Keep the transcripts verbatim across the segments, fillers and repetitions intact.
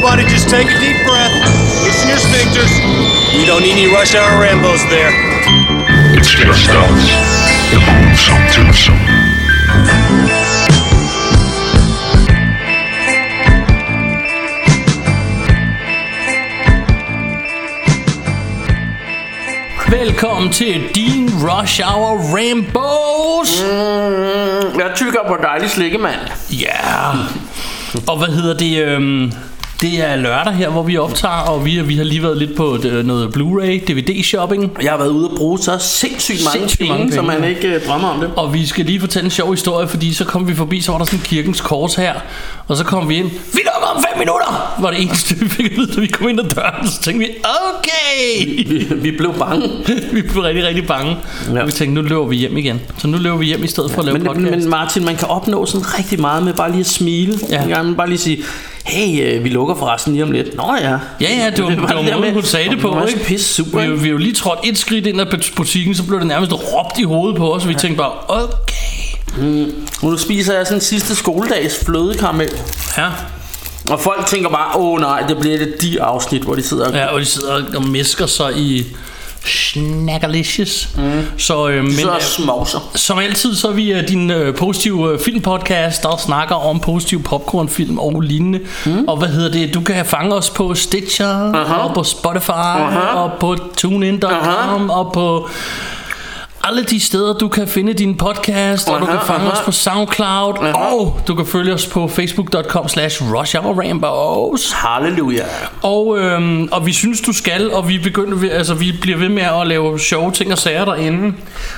Everybody just take a deep breath. Loosen your sphincters. We don't need any rush hour Rambos there. It's just us. The Boomsome Twosome. Velkommen til din Rush Hour Rambos. Mm, jeg tykker på dejlig slikkemand. Ja. Yeah. Og hvad hedder det? Øhm, det er lørdag her, hvor vi optager, og vi, vi har lige været lidt på noget Blu-ray, D V D-shopping. Jeg har været ude og bruge så sindssygt mange sindssygt penge, mange penge, så man ikke uh, drømmer om det. Og vi skal lige fortælle en sjov historie, fordi så kom vi forbi, så var der sådan kirkens kors her, og så kom vi ind. Vi lukker om fem minutter! Var det eneste, vi fik at vide, da vi kom ind ad døren. Så tænkte vi, okay! Vi, vi blev bange. Vi blev rigtig, rigtig bange. Ja. Og vi tænkte, nu løber vi hjem igen. Så nu løber vi hjem i stedet for at lave men, podcast. Men Martin, man kan opnå sådan rigtig meget med bare lige at smile. Ja. En gang bare lige sige, hey, vi lukker forresten lige om lidt. Nå ja. Ja, ja, det var, det var, det var måden, hun sagde det på, ikke? Pisse, super, vi, vi jo lige trådt et skridt ind ad butikken, så blev det nærmest råbt i hovedet på os, og vi tænkte bare, okay. Mm. Nu spiser jeg sådan sidste skoledags flødekaramel. Ja. Og folk tænker bare, åh nej, det bliver det de afsnit, hvor de sidder og... Ja, og de sidder og mæsker sig i snackerlicious. Mm. Så, øh, men, så småser. Som altid, så er vi uh, din uh, positive uh, filmpodcast, der snakker om positiv popcornfilm og lignende. Mm. Og hvad hedder det? Du kan fange os på Stitcher, uh-huh. og på Spotify, uh-huh. og på TuneIn punktum com, uh-huh. og på alle de steder, du kan finde din podcast, og uh-huh, du kan fange uh-huh. os på SoundCloud, uh-huh. og du kan følge os på facebook punktum com slash rush hour rambos. Halleluja. Og, øhm, og vi synes, du skal, og vi begynder, altså vi bliver ved med at lave sjove ting og sager derinde.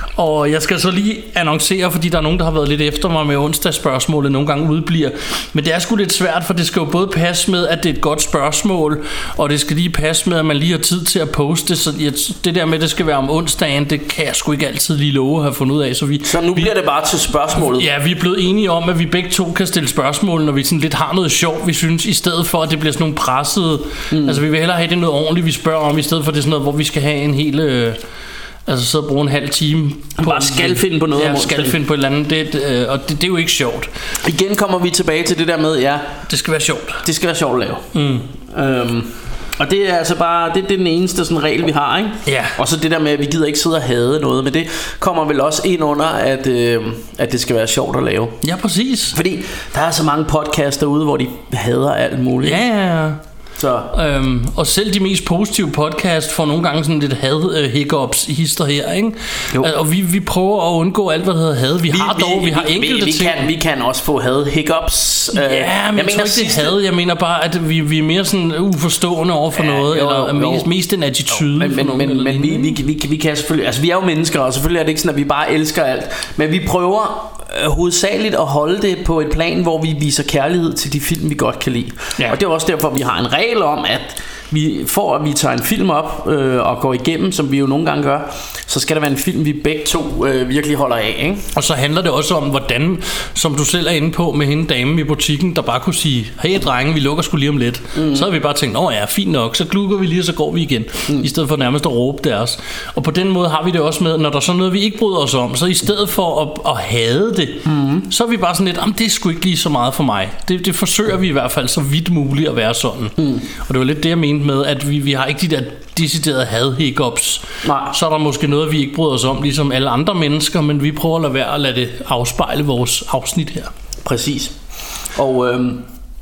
Og jeg skal så lige annoncere, fordi der er nogen, der har været lidt efter mig med onsdagsspørgsmålet, nogle gange udbliver. Men det er sgu lidt svært, for det skal jo både passe med, at det er et godt spørgsmål, og det skal lige passe med, at man lige har tid til at poste. Så det der med, at det skal være om onsdagen, det kan jeg sgu ikke altid lige love at have fundet ud af. Så, vi, så nu vi, bliver det bare til spørgsmålet. Ja, vi er blevet enige om, at vi begge to kan stille spørgsmål, når vi sådan lidt har noget sjovt, vi synes, i stedet for, at det bliver sådan nogle pressede. Mm. Altså vi vil hellere have det noget ordentligt, vi spørger om, i stedet for det sådan noget, hvor vi skal have en hel... Øh, altså så bruge en halv time på bare skal finde på noget. Ja, skal finde på et eller andet. Det, øh, og det, det er jo ikke sjovt. Igen kommer vi tilbage til det der med, ja, det skal være sjovt. Det skal være sjovt at lave. Mm. Øhm, og det er altså bare, det, det er den eneste sådan regel vi har, ikke? Ja. Og så det der med, at vi gider ikke sidde og hade noget, men det kommer vel også ind under, at, øh, at det skal være sjovt at lave. Ja, præcis. Fordi der er så mange podcasts derude, hvor de hader alt muligt. Ja, ja. Så. Øhm, og selv de mest positive podcast får nogle gange sådan lidt had uh, hiccups i hister her, ikke? Altså, og vi, vi prøver at undgå alt hvad der hedder had. Vi, vi har dog vi, vi har enkelte vi, vi ting. Kan, vi kan også få had hiccups. Ja, men jeg, jeg mener ikke det had. Jeg mener bare at vi, vi er mere sådan uforstående over for ja, noget, jo, eller jo. mest mest en attitude. Jo, men men, nogen, men, men vi, vi, vi, vi kan selvfølgelig, altså vi er jo mennesker, og selvfølgelig er det ikke sådan at vi bare elsker alt, men vi prøver øh, hovedsageligt at holde det på et plan, hvor vi viser kærlighed til de film vi godt kan lide. Ja. Og det er også derfor vi har en regel om, at vi får at vi tager en film op øh, og går igennem, som vi jo nogle gange gør, så skal der være en film vi begge to øh, virkelig holder af, ikke? Og så handler det også om hvordan, som du selv er inde på med hende damen i butikken, der bare kunne sige, hey drenge, vi lukker sgu lige om lidt. mm. Så har vi bare tænkt, nå ja, fint nok, så klukker vi lige, og så går vi igen, mm. i stedet for nærmest at råbe deres. Og på den måde har vi det også med, når der er sådan noget vi ikke bryder os om, så i stedet for at, at hade det, mm. så er vi bare sådan lidt, det er sgu ikke lige så meget for mig. Det, det forsøger vi i hvert fald så vidt muligt at være sådan. mm. Og det var lidt det jeg mente med, at vi, vi har ikke de der deciderede had-hiccups. Nej. Så er der måske noget vi ikke bryder os om, ligesom alle andre mennesker, men vi prøver at lade være at lade det afspejle vores afsnit her. Præcis. Og, øhm,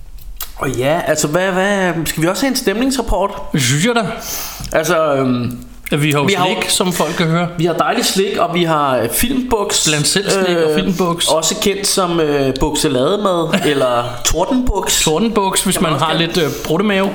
og ja, altså hvad, hvad, skal vi også have en stemningsrapport? Det synes jeg da. Altså øhm, vi har jo vi slik, har, som folk kan høre. Vi har dejligt slik, og vi har filmbuks. Blandt selv slik øh, og filmbuks. Også kendt som øh, bukselademad eller tordenbuks. Tordenbuks, hvis man har lidt øh, bruttemave.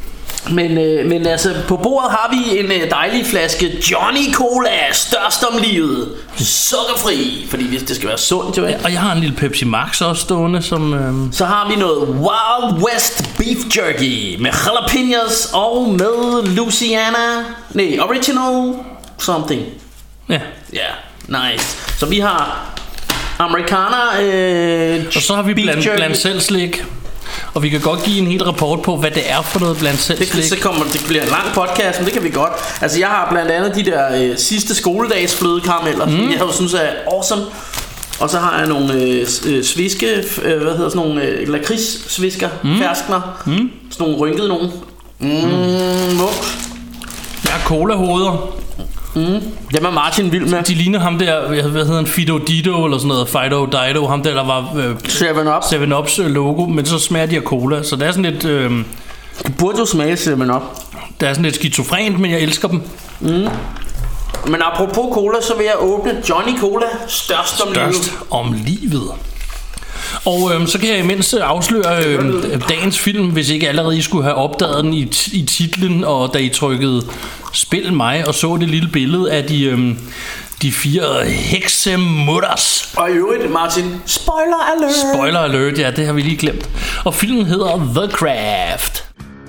Men, øh, men altså på bordet har vi en øh, dejlig flaske Johnny Cola, størst om livet, sukkerfri, fordi det skal være sundt jo, ikke? Ja, og jeg har en lille Pepsi Max også stående som øh... Så har vi noget Wild West Beef Jerky med jalapenos og med Louisiana, nej, original something. Ja. Ja, nice. Så vi har amerikaner øh, og så har vi blandt, blandt selv slik. Og vi kan godt give en hel rapport på, hvad det er for noget blandt selv det, slik. Så kommer det bliver en lang podcast, men det kan vi godt. Altså jeg har blandt andet de der øh, sidste skoledags flødekarameller, mm. jeg jo synes er awesome. Og så har jeg nogle øh, sviske, øh, hvad hedder sådan nogle øh, lakridssvisker, mm. ferskner, mm. Sådan nogle rynkede nogen. Mm, mm. Ja, cola-hoveder. Mm. Dem er Martin vild med. De ligner ham der, hvad hedder han, Fido Dido eller sådan noget, Fido Dido, ham der, der var øh, seven up seven up's logo, men så smager de af cola, så det er sådan lidt... Øh, det burde jo smage seven up. Det er sådan lidt skizofrent, men jeg elsker dem. Mm. Men apropos cola, så vil jeg åbne Johnny Cola, størst om størst livet. om livet. Og øhm, så kan jeg imens afsløre øhm, dagens film, hvis ikke allerede I skulle have opdaget den i, t- i titlen, og da I trykkede spil mig og så det lille billede af de, øhm, de fire heksemutters. Og i øvrigt, Martin, spoiler alert. Spoiler alert, ja, det har vi lige glemt. Og filmen hedder The Craft.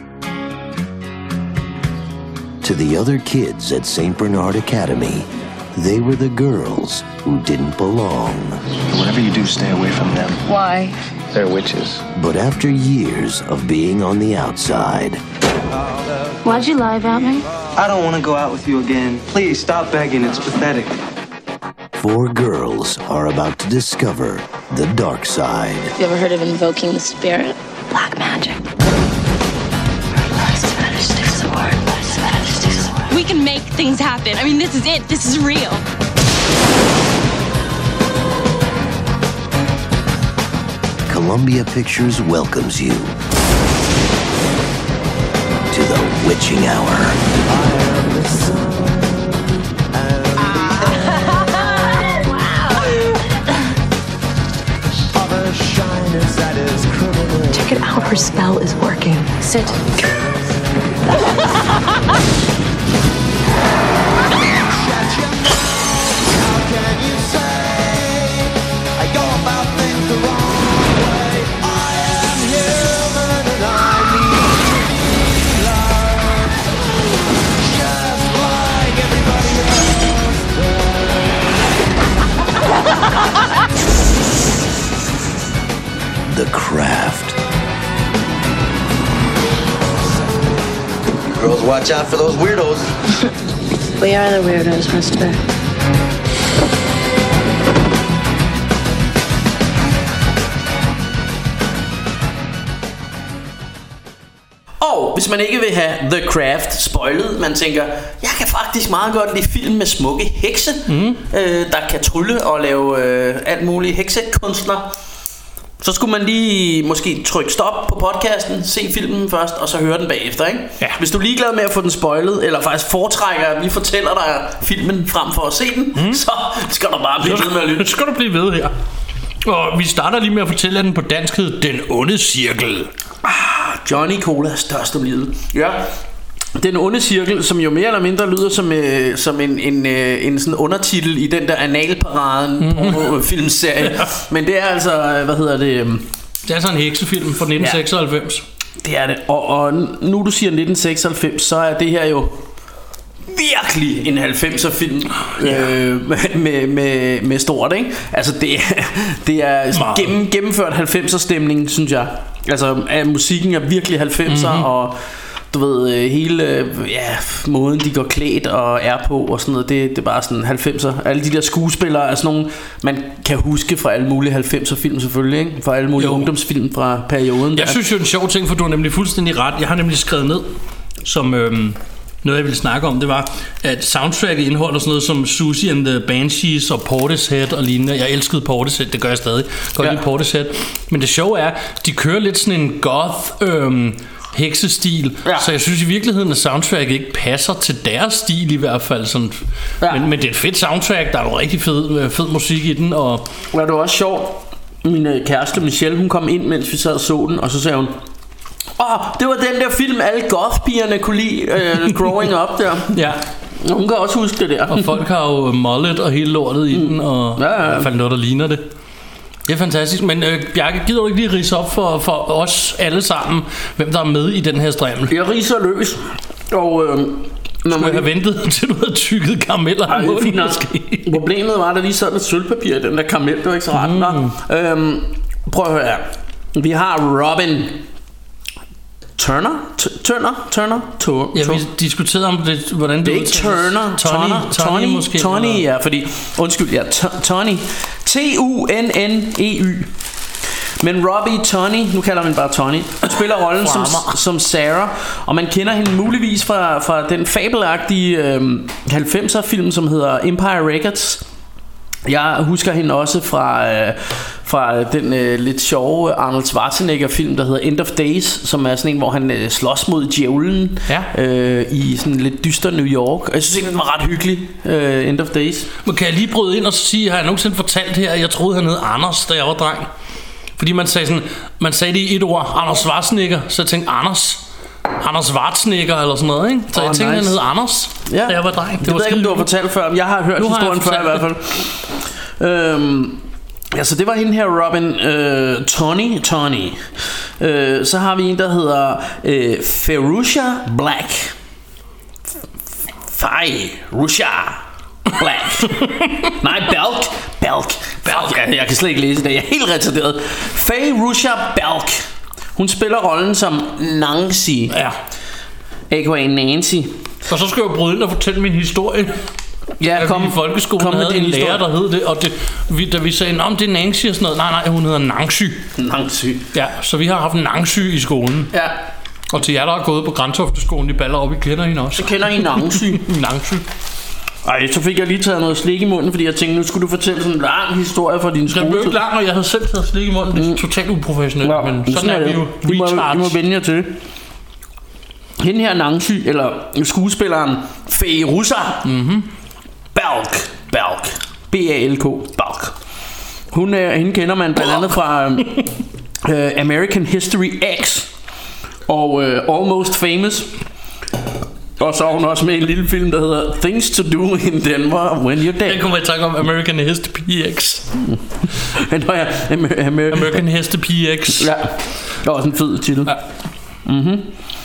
To the other kids at Saint Bernard Academy, they were the girls who didn't belong. Whatever you do, stay away from them. Why? They're witches. But after years of being on the outside... Why'd you lie about me? I don't want to go out with you again. Please, stop begging. It's pathetic. Four girls are about to discover the dark side. You ever heard of invoking the spirit? Black magic. We can make things happen. I mean, this is it. This is real. Columbia Pictures welcomes you to the witching hour. Check it out. Her spell is working. Sit. The Craft. Girls, watch out for those weirdos. We are the weirdos, mister. Og hvis man ikke vil have The Craft spoilet, man tænker, jeg kan faktisk meget godt lide film med smukke hekse, mm. øh, der kan trylle og lave øh, alt muligt heksekunstner, så skulle man lige måske trykke stop på podcasten, se filmen først, og så høre den bagefter, ikke? Ja. Hvis du er ligeglad med at få den spoilet, eller faktisk foretrækker, at vi fortæller dig filmen frem for at se den, mm. så skal du bare blive ved med at lytte. Så skal du blive ved her. Og vi starter lige med at fortælle, at den på dansk hed Den Onde Cirkel. Ah, Johnny Cola er størst om livet. Ja. Den onde cirkel, som jo mere eller mindre lyder som, øh, som en, en, øh, en sådan undertitel i den der analparaden mm-hmm. filmserie. Ja. Men det er altså, hvad hedder det? Øh, det er altså en heksefilm fra nitten seksoghalvfems. Ja, det er det. Og, og nu du siger nitten seksoghalvfems, så er det her jo virkelig en halvfemser film ja. øh, med, med, med stort, ikke? Altså det, det er gennem, gennemført halvfemser stemning, synes jeg. Altså at musikken er virkelig halvfemser, mm-hmm. og du ved, hele ja, måden de går klædt og er på og sådan noget, det, det er bare sådan halvfemser. Alle de der skuespillere er sådan nogle, man kan huske fra alle mulige halvfemser film selvfølgelig, ikke? Fra alle mulige jo. ungdomsfilm fra perioden. Jeg synes jo en sjov ting, for du har nemlig fuldstændig ret. Jeg har nemlig skrevet ned, som øhm, noget jeg ville snakke om, det var, at soundtracket indeholder sådan noget som Susie and the Banshees og Portishead og lignende. Jeg elskede Portishead, det gør jeg stadig. Godt lide Portishead. Men det sjove er, de kører lidt sådan en goth øhm, heksestil, ja. Så jeg synes i virkeligheden at soundtracket ikke passer til deres stil i hvert fald sådan. Ja. men, men det er et fedt soundtrack. Der er jo rigtig fed, fed musik i den. Og ja, det var også sjovt. Min kæreste Michelle, hun kom ind mens vi sad og så den, og så sagde hun, åh, oh, det var den der film alle goth-pigerne kunne lide, uh, Growing Up der. Ja. Hun kan også huske det der. Og folk har jo mullet og hele lortet i mm. den, og ja, ja. I hvert fald noget der ligner det. Det er fantastisk. Men øh, Bjarke, gider du ikke lige ridse op for, for os alle sammen, hvem der er med i den her strimmel? Jeg riser løs. Og øh, når man have ventet til du havde tykket karameller i munden måske. Problemet var, at der lige sad lidt sølvpapir i den der karamel. Det var ikke så ret. Mm. Øhm, prøv at høre her. Vi har Robin Turner? T- Turner? Turner? To- ja, vi diskuterede om det, hvordan det, det er ikke Turner. Tony, Tony, Tony måske. Tony, ja, fordi, undskyld, ja, Tony. T U N N E Y. Men Robbie Tunney, nu kalder man bare Tunney, hun spiller rollen som, som Sarah. Og man kender hende muligvis fra, fra den fabelagtige øh, halvfemser film, som hedder Empire Records. Jeg husker hende også fra, øh, fra den øh, lidt sjove Arnold Schwarzenegger film, der hedder End of Days, som er sådan en, hvor han øh, slås mod djævlen ja. øh, i sådan lidt dyster New York. Og jeg synes egentlig, den var ret hyggelig, øh, End of Days. Men kan jeg lige bryde ind og sige, har jeg nogensinde fortalt her, at jeg troede, han hed Anders, da jeg var dreng? Fordi man sagde, sådan, man sagde det i et ord, Arnold Schwarzenegger, så jeg tænkte Anders. Anders Schwarzenegger eller sådan noget, ikke? Så oh, jeg tænkte, nice. Han hed Anders, ja. Da jeg var dreng. Det, det var ved ikke, om du har fortalt før, men jeg har hørt nu historien har før i hvert fald. Øhm, altså det var hende her, Robin øh, Tunney, Tunney. Øh, Så har vi en, der hedder øh, Fairuza Balk. Fairuza Balk. Nej, Balk. Balk. Balk. Jeg, jeg kan slet ikke læse det. Jeg er helt retarderet. Fairuza Balk. Hun spiller rollen som Nancy, ja. A K A Nancy. Og så skal jeg bryde ind og fortælle min historie. Ja, kom, i folkeskolen kom havde en lærer, historie. Der hed det. Og det, vi, da vi sagde, om det er Nancy og sådan noget. Nej, nej, hun hedder Nancy. Nancy. Ja, så vi har haft Nancy i skolen. Ja. Og til jer, der er gået på Grantofteskolen i Ballerup, I kender hende også. Så kender I Nancy. Nancy. Ej, så fik jeg lige taget noget slik i munden, fordi jeg tænkte, nu skulle du fortælle sådan en lang historie fra din skole. Det blev ikke lang, og jeg havde selv taget slik i munden. Det er totalt uprofessionelt, ja, men sådan, sådan er vi jo retards. I må vende jer til. Hende her Nancy, eller skuespilleren Fairuza mm-hmm. Balk, Balk, B A L K, Balk. Hun er, hende kender man blandt andet fra uh, American History X og uh, Almost Famous. Og så er hun også med i en lille film, der hedder Things to Do in Denver When You're Dead. Jeg kommer til at tanke om American History X. Nå ja, Amer- Amer- American History X. Ja, det var også en fed titel. Ja. Mhm.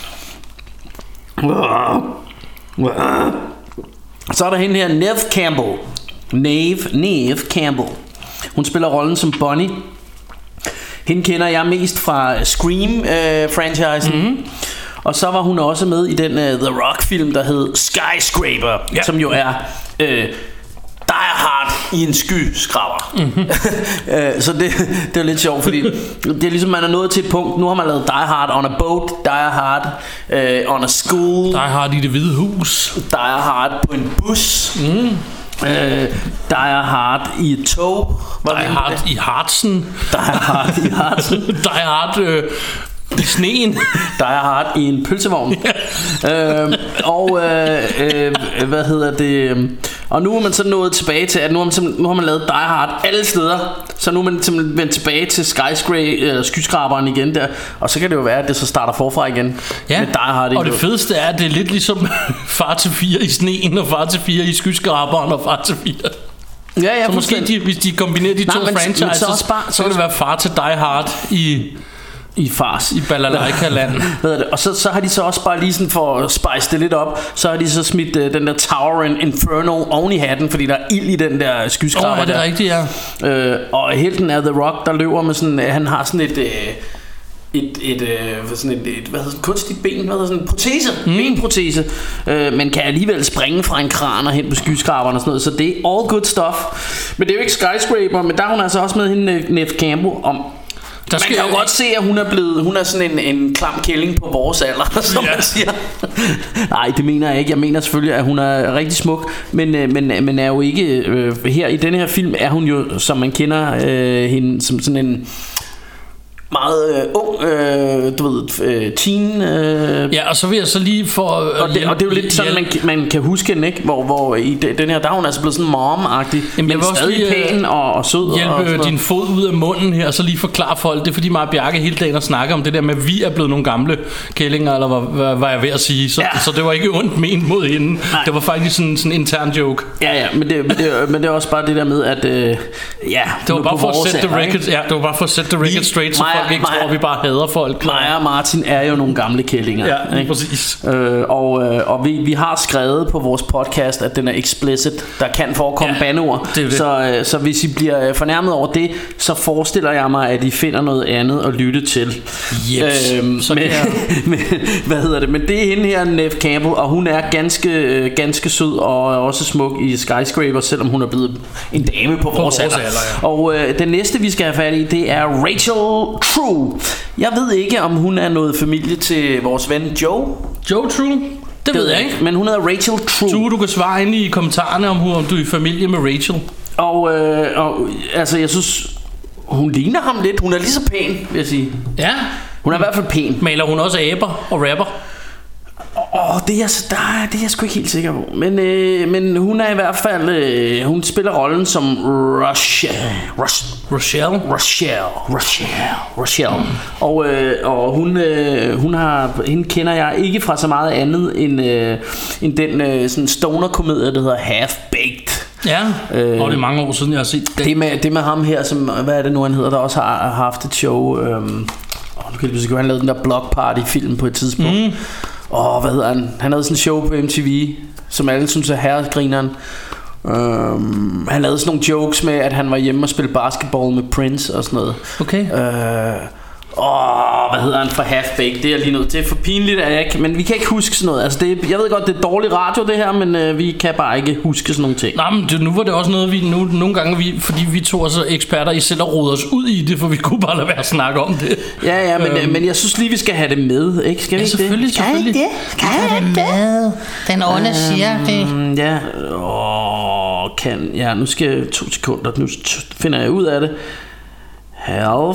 Så er der hende her, Neve Campbell. Neve, Neve Campbell. Hun spiller rollen som Bonnie. Hende kender jeg mest fra Scream-franchisen. Øh, mm-hmm. Og så var hun også med i den uh, The Rock-film, der hed Skyscraper, ja. Som jo er uh, Die Hard i en skyskraber. Mm-hmm. uh, så det, det er lidt sjovt, fordi det er ligesom man er nået til et punkt. Nu har man lavet Die Hard on a boat, Die Hard uh, on a school, Die Hard i Det Hvide Hus, Die Hard på en bus, mm. uh, Die Hard i et tog, Die Hard det? i Hartsen, Die Hard i Hartsen, Die Hard øh, i sneen, Die Hard i en pølsevogn. Yeah. øh, og øh, øh, hvad hedder det? Og nu er man så nået tilbage til, at nu har man, nu har man lavet Die Hard alle steder. Så nu er man simpelthen vendt tilbage til skyscra- skyskraberen igen der. Og så kan det jo være, at det så starter forfra igen. Ja, med Die Hard. Og det fedeste er, at det er lidt ligesom Far til fire i sneen, og Far til fire i skyskraberen, og Far til fire. Ja, ja, så måske de, hvis de kombinerer de Nej, to men, franchises, men så, bare, så, så kan det være Far til Die Hard i i fars i Balalaika-land. Og så, så har de så også bare lige sådan for at spice det lidt op, så har de så smidt uh, den der Towering Inferno oven i hatten, fordi der er ild i den der skyskraber. Åh, oh, er det der. Rigtigt, ja. Uh, og helten er The Rock, der løber med sådan, uh, han har sådan et uh, et et uh, sådan et, et hvad hedder det, kunstigt ben, hvad hedder sådan en protese, mm. benprotese, uh, men kan alligevel springe fra en kran og hen på skyskraberen og sådan noget, så det er all good stuff. Men det er jo ikke Skyscraper, men der er hun altså også med hende Neve Campbell om. Der man kan jo godt se, at hun er blevet, hun er sådan en, en klam kælling på vores alder, som ja. man siger. Nej, det mener jeg ikke. Jeg mener selvfølgelig, at hun er rigtig smuk, men, men, men er jo ikke øh, her i denne her film er hun jo, som man kender øh, hende som sådan en meget øh, ung, øh, du ved, øh, teen. Øh. Ja, og så vil jeg så lige for øh, og, det, og det er jo lidt sådan, man, man kan huske hende, ikke? Hvor, hvor i den her, der er hun altså blevet sådan mom-agtig, men stadig lige, pæn og, og sød. Hjælpe og, og din fod ud af munden her, og så lige forklare folk. Det er fordi mig og Bjarke hele dagen og snakker om det der med, at vi er blevet nogle gamle kællinger, eller hvad, hvad, hvad jeg ved at sige. Så, ja. så det var ikke ondt ment mod hende. Nej. Det var faktisk sådan en intern joke. Ja, ja, men det, men, det, men det er også bare det der med, at øh, ja, det var bare for at sætte the record, ja, det var bare for at sætte the record straight, så folk ikke tror, vi bare hader folk. Maja og Martin er jo nogle gamle kællinger. Ja, ikke? præcis. Øh, og øh, og vi, vi har skrevet på vores podcast, at den er explicit. Der kan forekomme ja, bandeord. Så, øh, så hvis I bliver fornærmet over det, så forestiller jeg mig, at I finder noget andet at lytte til. Yes. Øhm, så men, men, hvad hedder det? Men det er hende her, Neve Campbell, og hun er ganske, ganske sød og også smuk i Skyscraper, selvom hun er blevet en dame på, på vores alder. alder ja. Og øh, den næste, vi skal have fat i, det er Rachel True. Jeg ved ikke, om hun er noget familie til vores ven Joe. Joe True? Det, det ved jeg ikke. Men hun hedder Rachel True. True, du kan svare ind i kommentarerne, om, hun, om du er i familie med Rachel. Og, øh, og altså, jeg synes, hun ligner ham lidt. Hun er lige så pæn, vil jeg sige. Ja. Hun er i hvert fald pæn. Maler hun også aber og rapper? Åh, oh, det, er, der, det er jeg sgu ikke helt sikker på. Men, øh, men hun er i hvert fald øh, hun spiller rollen som Rochelle Rochelle Rochelle Rochelle Rochelle mm. Og, øh, og hun, øh, hun har, hende kender jeg ikke fra så meget andet end, øh, end den øh, sådan stoner-komedie, der hedder Half-Baked. Ja, øh, og det er mange år siden jeg har set det. Det med, det med ham her, som, hvad er det nu han hedder, der også har, har haft et show. Øh, nu kan jeg han lavede den der Block Party film på et tidspunkt. Mm. Åh, oh, hvad hedder han? Han havde sådan en show på M T V, som alle synes er herregrineren. Um, han lavede sådan nogle jokes med, at han var hjemme og spille basketball med Prince og sådan noget. Okay. Uh, Åh, oh, hvad hedder han fra Half-Baked? Det er lige noget. Det er for pinligt, at jeg ikke, men vi kan ikke huske sådan noget. Altså det, jeg ved godt, det er dårlig radio det her, men øh, vi kan bare ikke huske sådan nogle ting. Nej, men det, nu var det også noget vi nu nogle gange vi, fordi vi to er så eksperter i selv at rode os ud i det, for vi kunne bare lade være at snakke om det. Ja, ja, men, øhm. men jeg synes lige vi skal have det med, ikke? Skal vi ja, ikke selvfølgelig, det? selvfølgelig. Skal det? Skal have det med? Den onde cirkel. Um, ja. Åh, kan ja, nu skal jeg to sekunder. Nu finder jeg ud af det. Half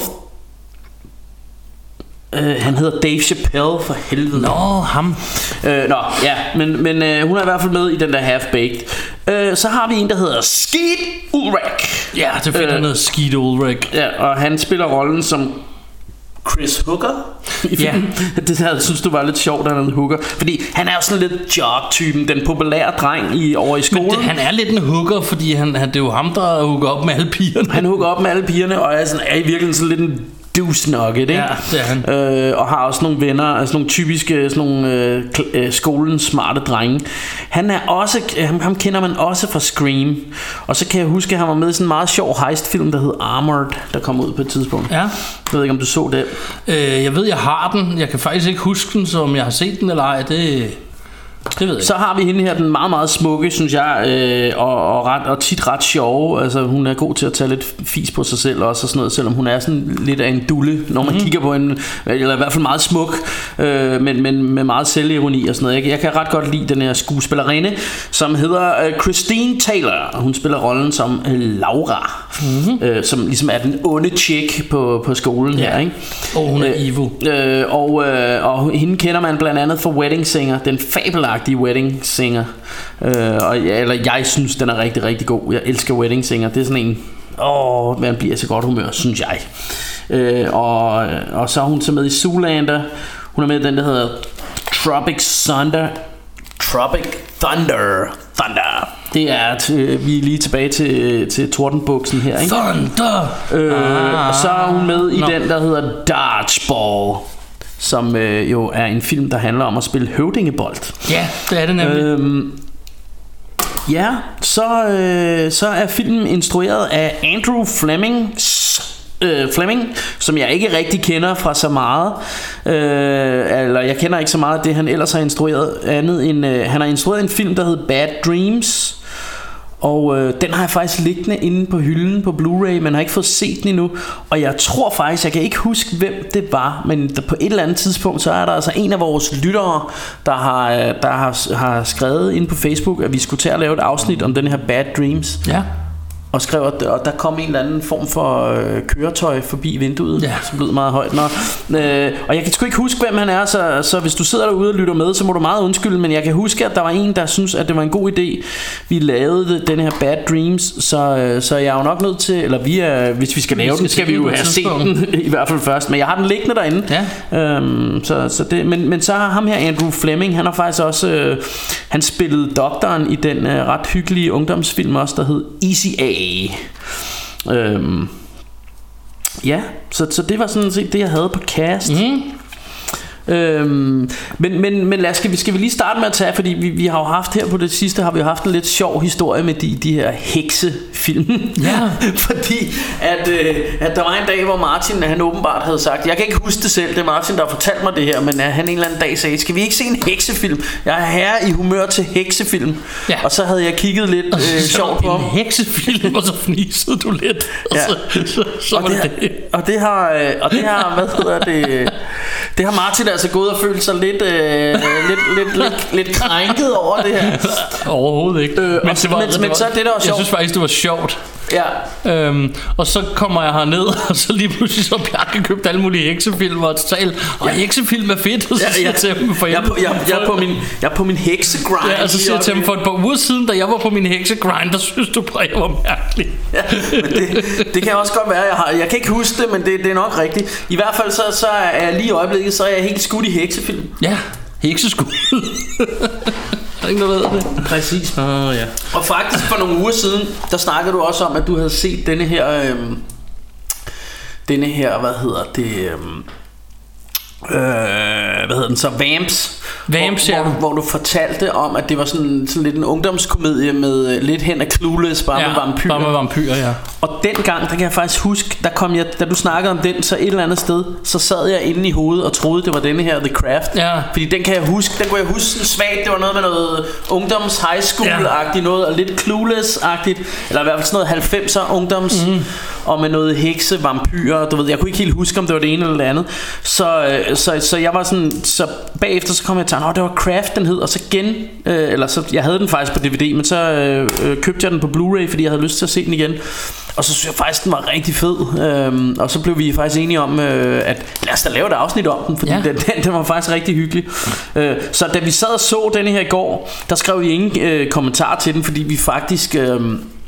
Uh, han hedder Dave Chappelle, for helvede. Nå, ham. uh, Nå, ja, men, men uh, hun er i hvert fald med i den der Half-Baked. uh, Så har vi en, der hedder Skeet Ulrich. Ja, det er fedt, uh, han hedder Skeet Ulrich. Ja, og han spiller rollen som Chris Hooker. Ja. Det her synes du var lidt sjovt, at han Hooker, fordi han er jo sådan lidt jock-typen, den populære dreng i, over i skolen. Men det, han er lidt en hooker, fordi han, han, det er jo ham, der hooker op med alle pigerne. Han hooker op med alle pigerne, og er, sådan, er i virkeligheden sådan lidt en douche-nugget, ikke? Ja, det er han. Øh, og har også nogle venner, altså nogle typiske sådan nogle, øh, øh, skolens smarte drenge. Han er også, ham, ham kender man også fra Scream. Og så kan jeg huske, at han var med i sådan en meget sjov heist-film, der hed Armored, der kom ud på et tidspunkt. Ja. Jeg ved ikke, om du så det. øh, Jeg ved, jeg har den. Jeg kan faktisk ikke huske den, så om jeg har set den eller ej. Det... Det ved jeg. Så har vi hende her, den meget meget smukke, synes jeg, øh, og, og, ret, og tit ret sjove. Altså hun er god til at tage lidt fis på sig selv også og sådan noget, selvom hun er sådan lidt af en dulle, når man mm-hmm. kigger på hende, eller i hvert fald meget smuk, øh, men, men med meget selvironi og sådan noget. Jeg, jeg kan ret godt lide den her skuespillerinde, som hedder øh, Christine Taylor, og hun spiller rollen som øh, Laura, mm-hmm. øh, som ligesom er den onde chick på, på skolen ja. her, ikke? Og hun er øh, evil. øh, og, øh, og hende kender man blandt andet for Wedding Singer, den fabelagtige Wedding Singer, øh, og, ja, eller jeg synes den er rigtig rigtig god. Jeg elsker Wedding Singer. Det er sådan en, åh, man bliver så godt humør, synes jeg. øh, og, og så er hun så med i Zoolander. Hun er med i den der hedder Tropic Thunder. Tropic Thunder Thunder. Det er til, vi er lige tilbage til, til Tordenbuksen her, ikke? Thunder. øh, ah, Og så er hun med i no. den der hedder Dodgeball, som øh, jo er en film, der handler om at spille høvdingebold. Ja, det er det nemlig. øhm, Ja, så, øh, så er filmen instrueret af Andrew Fleming, øh, Fleming, som jeg ikke rigtig kender fra så meget. øh, Eller jeg kender ikke så meget af det, han ellers har instrueret andet end, øh, han har instrueret en film, der hedder Bad Dreams. Og øh, den har jeg faktisk liggende inde på hylden på Blu-ray, men har ikke fået set den endnu. Og jeg tror faktisk, jeg kan ikke huske hvem det var, men der, på et eller andet tidspunkt, så er der altså en af vores lyttere, der har, der har, har skrevet inde på Facebook, at vi skulle til at lave et afsnit om den her Bad Dreams. Ja. Og skrev, at der kom en eller anden form for øh, køretøj forbi vinduet, ja. Som lød meget højt. Nå, øh, og jeg kan sgu ikke huske, hvem han er, så, så hvis du sidder derude og lytter med, så må du meget undskylde. Men jeg kan huske, at der var en, der synes, at det var en god idé, vi lavede den her Bad Dreams. Så, øh, så jeg er jo nok nødt til, eller vi er, hvis vi skal lave vi skal den, skal vi jo have set den i hvert fald først. Men jeg har den liggende derinde. Ja. øhm, så, så det, men, men så har ham her, Andrew Fleming, han har faktisk også øh, han spillede doktoren i den øh, ret hyggelige ungdomsfilm også, der hed Easy A. Øhm, Ja, så, så det var sådan set det, jeg havde på cast. Mm. Øhm, men, men, men lad os, skal, vi, skal vi lige starte med at tage, fordi vi, vi har jo haft her på det sidste, har vi jo haft en lidt sjov historie med de, de her heksefilm. Ja. Fordi at, øh, at der var en dag, hvor Martin, han åbenbart havde sagt, jeg kan ikke huske det selv, det er Martin, der har fortalt mig det her, men at han en eller anden dag sagde, skal vi ikke se en heksefilm? Jeg er herre i humør til heksefilm. Ja. Og så havde jeg kigget lidt øh, sjovt på en heksefilm, og så fnisede du lidt. Og, ja. så, så, så og, det, det. og det har øh, og det har hvad hedder det det har Martin altså gået og følt sig lidt øh, lidt, lidt, lidt, lidt krænket over det her. Overhovedet ikke. øh, men, det var, men, det men var, så det der var sjovt. Jeg synes faktisk det var sjovt. Ja. Øhm, og så kommer jeg herned, og så lige pludselig så Bjarke købt alle mulige heksefilm og totalt, og ja. heksefilm er fedt. Og så siger jeg til dem for jeg, jeg, jeg, jeg, er på min, jeg er på min heksegrind. Ja, og så siger jeg til dem for et par uger siden, da jeg var på min heksegrind, der synes du bare, jeg var mærkelig. Ja, men det, det kan også godt være, jeg har. Jeg kan ikke huske det, men det, det er nok rigtigt. I hvert fald så, så er jeg lige i øjeblikket, så er jeg helt skudt i heksefilm. Ja, hekseskud. Der er ikke noget ved det. Præcis. Oh, ja. Og faktisk for nogle uger siden, der snakkede du også om, at du havde set denne her øhm, denne her, hvad hedder det øhm, øh, hvad hedder den så, Vamps. Vamps, hvor, ja. hvor, hvor du fortalte om, at det var sådan, sådan lidt en ungdomskomedie med lidt hen af Clueless, bare ja, med vampyrer. bare med vampyrer, ja. Og dengang, der kan jeg faktisk huske, der kom jeg, da du snakkede om den, så et eller andet sted, så sad jeg inde i hovedet og troede, det var denne her, The Craft. Ja. Fordi den kan jeg huske, den kunne jeg huske sådan svagt, det var noget med noget ungdoms high school-agtigt, ja. Noget, og lidt Clueless-agtigt, eller i hvert fald sådan noget halvfemser ungdoms, mm. og med noget hekse, vampyrer, du ved, jeg kunne ikke helt huske, om det var det ene eller det andet. Så, så, så jeg var sådan, så bagefter så kom jeg til, åh, det var Craft, den hed, og så gen, øh, eller så, jeg havde den faktisk på D V D, men så øh, købte jeg den på Blu-ray, fordi jeg havde lyst til at se den igen. Og så synes jeg faktisk, den var rigtig fed. øhm, Og så blev vi faktisk enige om øh, at lad os da lave et afsnit om den, fordi ja. den, den, den var faktisk rigtig hyggelig. øh, Så da vi sad og så denne her i går, der skrev vi ingen øh, kommentar til den, fordi vi faktisk øh,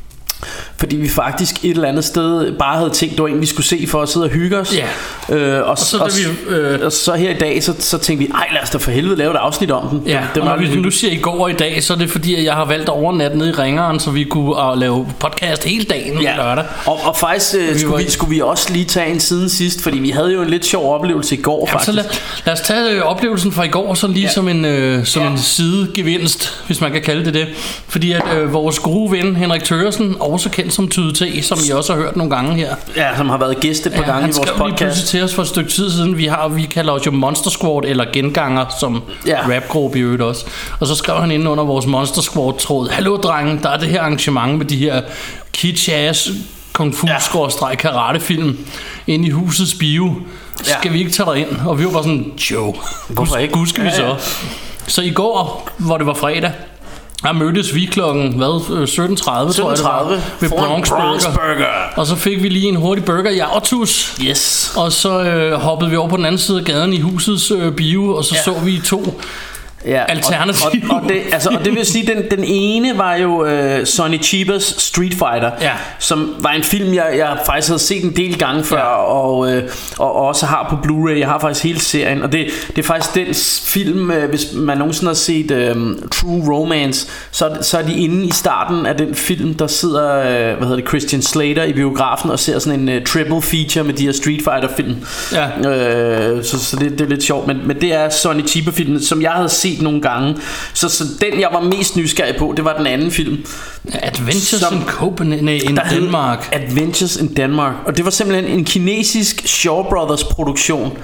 Fordi vi faktisk et eller andet sted bare havde tænkt, det var en vi skulle se for at sidde og hygge os. Ja. øh, og, og, så, og, vi, øh... og så her i dag så, så tænkte vi, ej lad os da for helvede lave et afsnit om den. Ja, det og når vi nu siger i går og i dag, så er det fordi at jeg har valgt at overnatte nede i Ringeren, så vi kunne uh, lave podcast hele dagen ja. lørdag. Og, og faktisk uh, vi skulle, vi, skulle vi også lige tage en siden sidst, fordi vi havde jo en lidt sjov oplevelse i går. Jamen, faktisk. Så lad, lad os tage øh, oplevelsen fra i går sådan lige ja. som en øh, som ja. en sidegevinst, hvis man kan kalde det det. Fordi at øh, vores gode ven Henrik Thøresen, også kendt som Tyde T, som I også har hørt nogle gange her. Ja, som har været gæst et par ja, gange i vores podcast. Han skrev lige til os for et stykke tid siden. Vi har vi kalder os jo Monster Squad eller Genganger som ja. rapgruppe i øvrigt også. Og så skrev han inde under vores Monster Squad tråd: hallo drenge, der er det her arrangement med de her kitsch ass kung fu ja. karatefilm inde i husets bio. Skal ja. vi ikke tage ind? Og vi var bare sådan, jo, hvorfor ikke? Gud skal vi så. Ja, ja. Så i går, hvor det var fredag, der mødtes vi klokken hvad, sytten tredive tror jeg det var, ved Bronx Burger. Burger. Og så fik vi lige en hurtig burger i Autos. Yes. Og så øh, hoppede vi over på den anden side af gaden i husets øh, bio, og så ja. så vi to ja, alternativ. Og, og, og, det, altså, og det vil sige, den, den ene var jo uh, Sonny Chibas Street Fighter, ja. som var en film, jeg, jeg faktisk havde set en del gange før, ja. og, uh, og også har på Blu-ray. Jeg har faktisk hele serien, og det, det er faktisk den film, uh, hvis man nogensinde har set um, True Romance, så, så er de inde i starten af den film, der sidder uh, hvad hedder det, Christian Slater i biografen og ser sådan en uh, triple feature med de her Street Fighter film. Ja. Uh, så så det, det er lidt sjovt, men, men det er Sonny Chiba filmen, som jeg havde set nogle gange. Så, så den jeg var mest nysgerrig på, det var den anden film, Adventures som, in Copenhagen in Denmark. Adventures in Denmark. Og det var simpelthen en kinesisk Shaw Brothers produktion,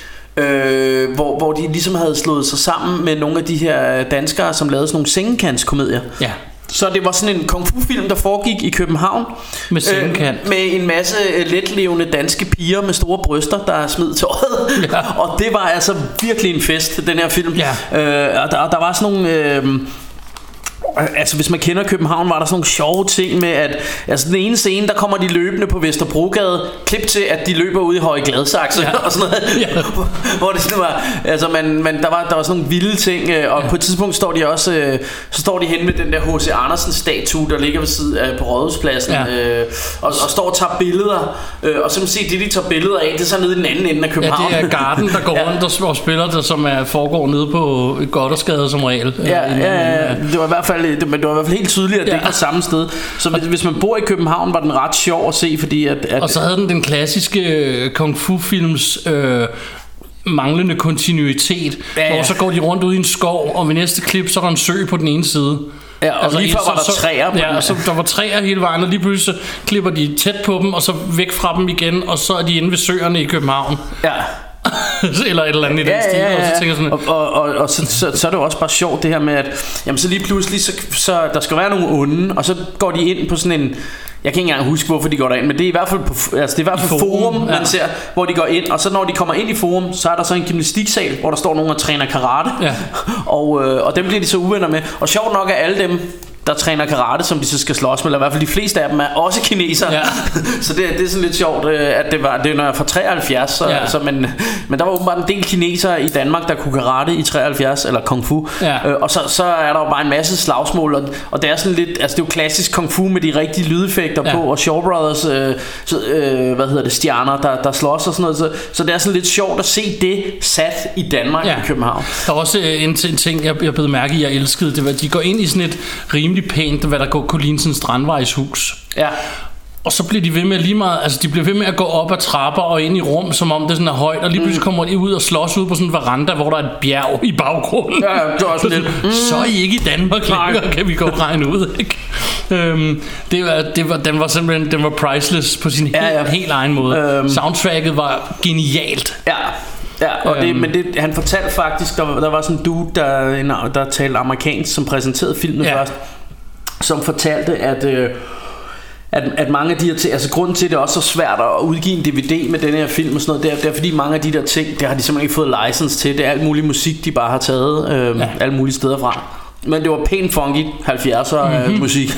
øh, hvor, hvor de ligesom havde slået sig sammen med nogle af de her danskere, som lavede sådan nogle sengekantskomedier. Ja. Så det var sådan en kung fu film, der foregik i København med sengekant, øh, med en masse letlevende danske piger med store bryster, der smed tøjet. Ja. Og det var altså virkelig en fest, den her film. Ja. øh, og, der, og der var sådan nogle øh, altså hvis man kender København, var der sådan nogle sjove ting med at, altså den ene scene, der kommer de løbende på Vesterbrogade, klip til at de løber ud i Høje Gladsaxe, ja. og sådan noget, ja. hvor det sådan var, altså man, man, der var der var sådan nogle vilde ting, og ja. på et tidspunkt står de også, så står de hen med den der H C Andersen statue, der ligger ved siden af på Rådhuspladsen, ja. øh, og, og står og tager billeder, øh, og så kan man se det de tager billeder af, det er så nede i den anden ende af København. Ja, det er Garden, der går rundt ja. og spiller der, som er foregår nede på Goddersgade som regel. Ja, ja, ja, det var i hvert fald lidt, men det var i hvert fald helt tydeligt, at det ja. ikke var samme sted. Så hvis, hvis man bor i København, var den ret sjov at se, fordi at, at og så havde den den klassiske kung fu films øh, manglende kontinuitet, ja, ja. hvor så går de rundt ud i en skov, og ved næste klip så er der en sø på den ene side. Ja, og altså, lige før var der træer på ja, den. så der var træer hele vejen, og lige pludselig så klipper de tæt på dem, og så væk fra dem igen, og så er de inde ved søerne i København. Ja. Eller et eller andet i den ja, stil, ja, ja. og så tænker sådan, og, og, og, og så, så, så er det jo også bare sjovt det her med, at jamen, så lige pludselig, så, så der skal være nogle onde, og så går de ind på sådan en, jeg kan ikke engang huske, hvorfor de går derind, men det er i hvert fald på, altså det er i hvert fald forum, forum ja. man ser, hvor de går ind, og så når de kommer ind i forum, så er der så en gymnastiksal, hvor der står nogen og træner karate, ja. og, øh, og dem bliver de så uvenner med, og sjovt nok er alle dem, der træner karate, som de så skal slås med, eller i hvert fald de fleste af dem er også kinesere. Ja. Så det, det er sådan lidt sjovt, at det var det er fra treoghalvfjerds, så, ja. så, men, men der var åbenbart en del kinesere i Danmark, der kunne karate i treoghalvfjerds, eller kung fu. Ja. Øh, og så, så er der jo bare en masse slagsmål, og, og det er sådan lidt, altså det er jo klassisk kung fu med de rigtige lydeffekter ja. på, og Shaw Brothers, øh, så, øh, hvad hedder det, stjerner, der, der slås og sådan noget. Så, så det er sådan lidt sjovt at se det sat i Danmark, ja. i København. Der var også en, en ting, jeg, jeg blev mærke i, jeg elskede, det var, de går ind i sådan et rimelig pænt, hvad der går kunne ligne sådan en strandvejshus. Ja. Og så bliver de ved med lige meget, altså de bliver ved med at gå op ad trapper og ind i rum, som om det sådan er højt, og lige pludselig kommer de ud og slås ud på sådan en veranda, hvor der er et bjerg i baggrunden. Ja, det er også lidt. Mm. Så er I ikke i Danmark længere, kan vi godt regne ud, ikke? Øhm, det var, det var, den var simpelthen, den var priceless på sin ja, ja. helt, helt egen måde. Øhm. Soundtracket var genialt. Ja. Ja, og det, øhm. men det, han fortalte faktisk, der, der var sådan en dude, der, der talte amerikansk, som præsenterede filmen ja. først, som fortalte, at, øh, at, at mange af de her ting, altså grunden til, at det er også så svært at udgive en D V D med den her film og sådan noget, det er, det er fordi mange af de der ting, det har de simpelthen ikke fået license til. Det er alt mulig musik, de bare har taget øh, ja. alle mulige steder fra. Men det var pænt funky halvfjerdser mm-hmm. musik.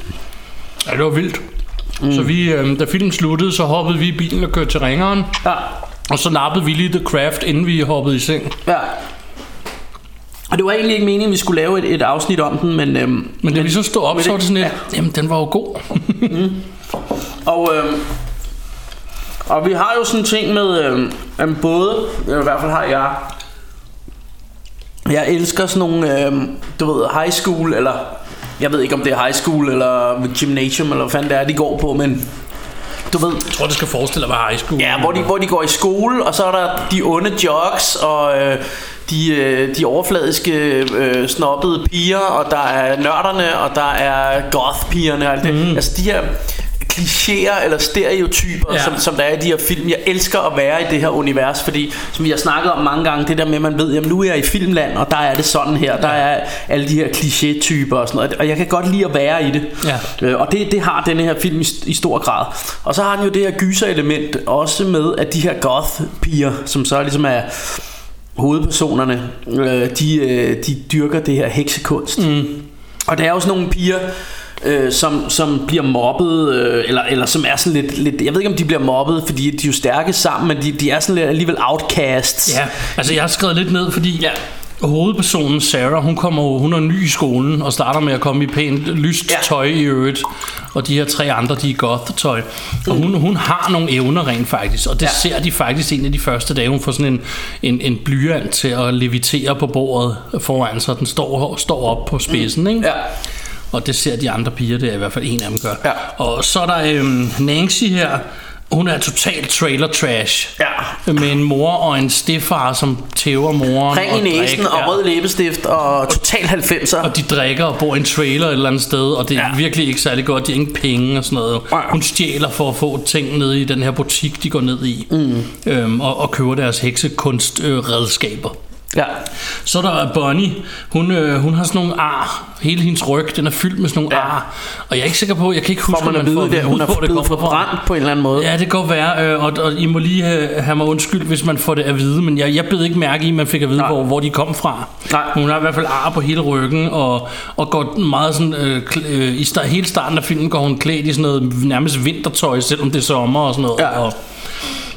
Ja, det var vildt. Mm. Så vi, øh, da filmen sluttede, så hoppede vi i bilen og kørte til Ringeren. Ja. Og så nappede vi lige The Craft, inden vi hoppede i seng. Ja. Og det var egentlig ikke meningen, at vi skulle lave et, et afsnit om den, men... Øhm, men da vi så stod op, så var det sådan lidt, ja. jamen den var jo god. mm. Og, øhm, og vi har jo sådan en ting med øhm, både, i hvert fald har jeg... Jeg elsker sådan nogle, øhm, du ved, high school, eller... Jeg ved ikke, om det er high school, eller gymnasium, eller hvad fanden det er, de går på, men... Du ved, jeg tror det skal forestille at være high school. Ja, hvor de, hvor de går i skole, og så er der de onde jocks, og øh, de, øh, de overfladiske øh, snobbede piger, og der er nørderne, og der er goth-pigerne og alt det. Mm. Altså de her klichéer eller stereotyper, ja. som, som der er i de her film. Jeg elsker at være i det her univers, fordi som vi har snakket om mange gange, det der med, at man ved, jamen nu er jeg i filmland, og der er det sådan her, der er alle de her kliché-typer og sådan noget, og jeg kan godt lide at være i det. Ja. Øh, og det, det har denne her film i, i stor grad. Og så har den jo det her gyser-element også med, at de her goth-piger, som så ligesom er hovedpersonerne, øh, de, øh, de dyrker det her heksekunst. Mm. Og der er jo sådan nogle piger, Øh, som, som bliver mobbet øh, eller, eller som er sådan lidt, lidt jeg ved ikke om de bliver mobbet, fordi de er jo stærke sammen, men de, de er sådan lidt alligevel outcasts. Ja, altså jeg har skrevet lidt ned, fordi ja, hovedpersonen Sarah, hun kommer hun er ny i skolen og starter med at komme i pænt lyst ja. tøj i øvrigt, og de her tre andre, de er goth tøj, og hun, hun har nogle evner rent faktisk, og det ja. ser de faktisk en af de første dage. Hun får sådan en, en, en blyant til at levitere på bordet foran, så den står, står op på spidsen, ikke? Ja. Og det ser de andre piger, det er i hvert fald en af dem gør. Ja. Og så er der øhm, Nancy her. Hun er totalt trailer trash. Ja. Med en mor og en stedfar, som tæver moren. Ring i næsen og, og rød læbestift og total halvfemser. Og de drikker og bor i en trailer et eller andet sted, og det er ja. virkelig ikke særlig godt. De har ingen penge og sådan noget. Ja. Hun stjæler for at få ting nede i den her butik, de går ned i. Mm. Øhm, og, og køber deres heksekunstredskaber. Øh, Ja. Så er der Bonnie. Hun, øh, hun har sådan nogle ar. Hele hendes ryg, den er fyldt med sådan nogle ja. ar. Og jeg er ikke sikker på, jeg kan ikke huske, man man får det. Hun er blevet forbrændt på en eller anden måde. Ja, det kan godt være, øh, og, og I må lige have, have mig undskyld, hvis man får det at vide. Men jeg, jeg blev ikke mærke i, at man fik at vide, hvor, hvor de kom fra. Nej. Hun har i hvert fald ar på hele ryggen, og, og går meget sådan øh, øh, i start, hele starten af filmen går hun klædt i sådan noget nærmest vintertøj, selvom det er sommer og sådan noget. Ja. Og,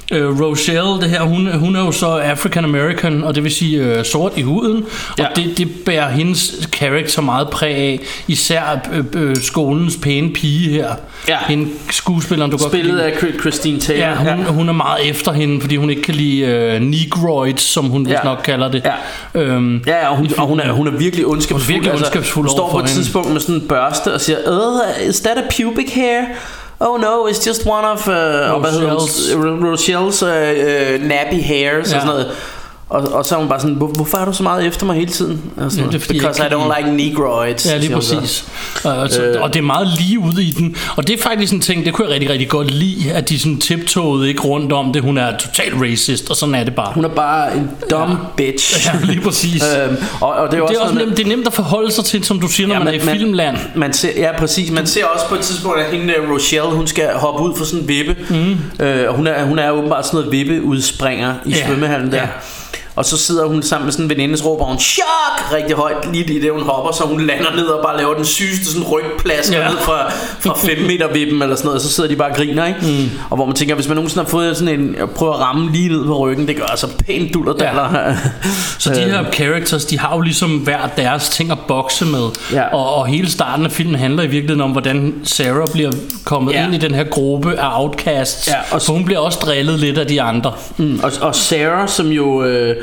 Uh, Rochelle, det her, hun, hun er jo så African American, og det vil sige uh, sort i huden, ja. Og det, det bærer hendes karakter meget præg af, især uh, uh, skolens pæne pige her. Ja. Hende skuespilleren, du spillet godt af Christine Taylor. Ja, hun, ja. hun er meget efter hende, fordi hun ikke kan lide uh, negroids, som hun ja. vist nok kalder det. Ja, øhm, ja og, hun, og hun, er, hun er virkelig ondskabsfuld. Hun, er virkelig ondskabsfuld altså, hun står på et tidspunkt med sådan en børste og siger, oh, is that a pubic hair? Oh no, it's just one of uh, Rochelle's, Rochelle's uh, uh, nappy hairs ja. Og sådan noget. Og, og så er hun bare sådan, hvorfor er du så meget efter mig hele tiden? Altså, ja, det er, because I don't like negroids. Ja, lige præcis. Og, og, øh. og det er meget lige ude i den. Og det er faktisk en ting, det kunne jeg rigtig, rigtig godt lide, at de sådan tiptoede ikke rundt om det. Hun er total racist, og sådan er det bare. Hun er bare en dumb ja. bitch. Ja, lige præcis. øhm, og, og det er, det også, er også nemt, det er nemt at forholde sig til, som du siger, når ja, man, man er i man, filmland. Man ser, ja, præcis. Man ser også på et tidspunkt, at hende Rochelle, hun skal hoppe ud for sådan en vippe. Mm. Øh, og hun er, hun er åbenbart sådan noget vippeudspringer i ja. svømmehallen der. Ja. Og så sidder hun sammen med sådan en veninde, så råber hun chok rigtig højt lige i det hun hopper, så hun lander ned og bare laver den sygeste sådan rygplads ja. ned fra, fra fem meter vippen eller sådan noget, og så sidder de bare og griner, ikke? Mm. Og hvor man tænker, hvis man nogensinde har fået sådan en, prøver at ramme lige ned på ryggen, det gør altså pænt dullerdaller. Ja. Så de her characters, de har jo ligesom hver deres ting at bokse med, ja. og, og hele starten af filmen handler i virkeligheden om, hvordan Sarah bliver kommet ja. ind i den her gruppe af outcasts, ja, og så hun bliver også drillet lidt af de andre. Mm. Og, og Sarah, som jo øh,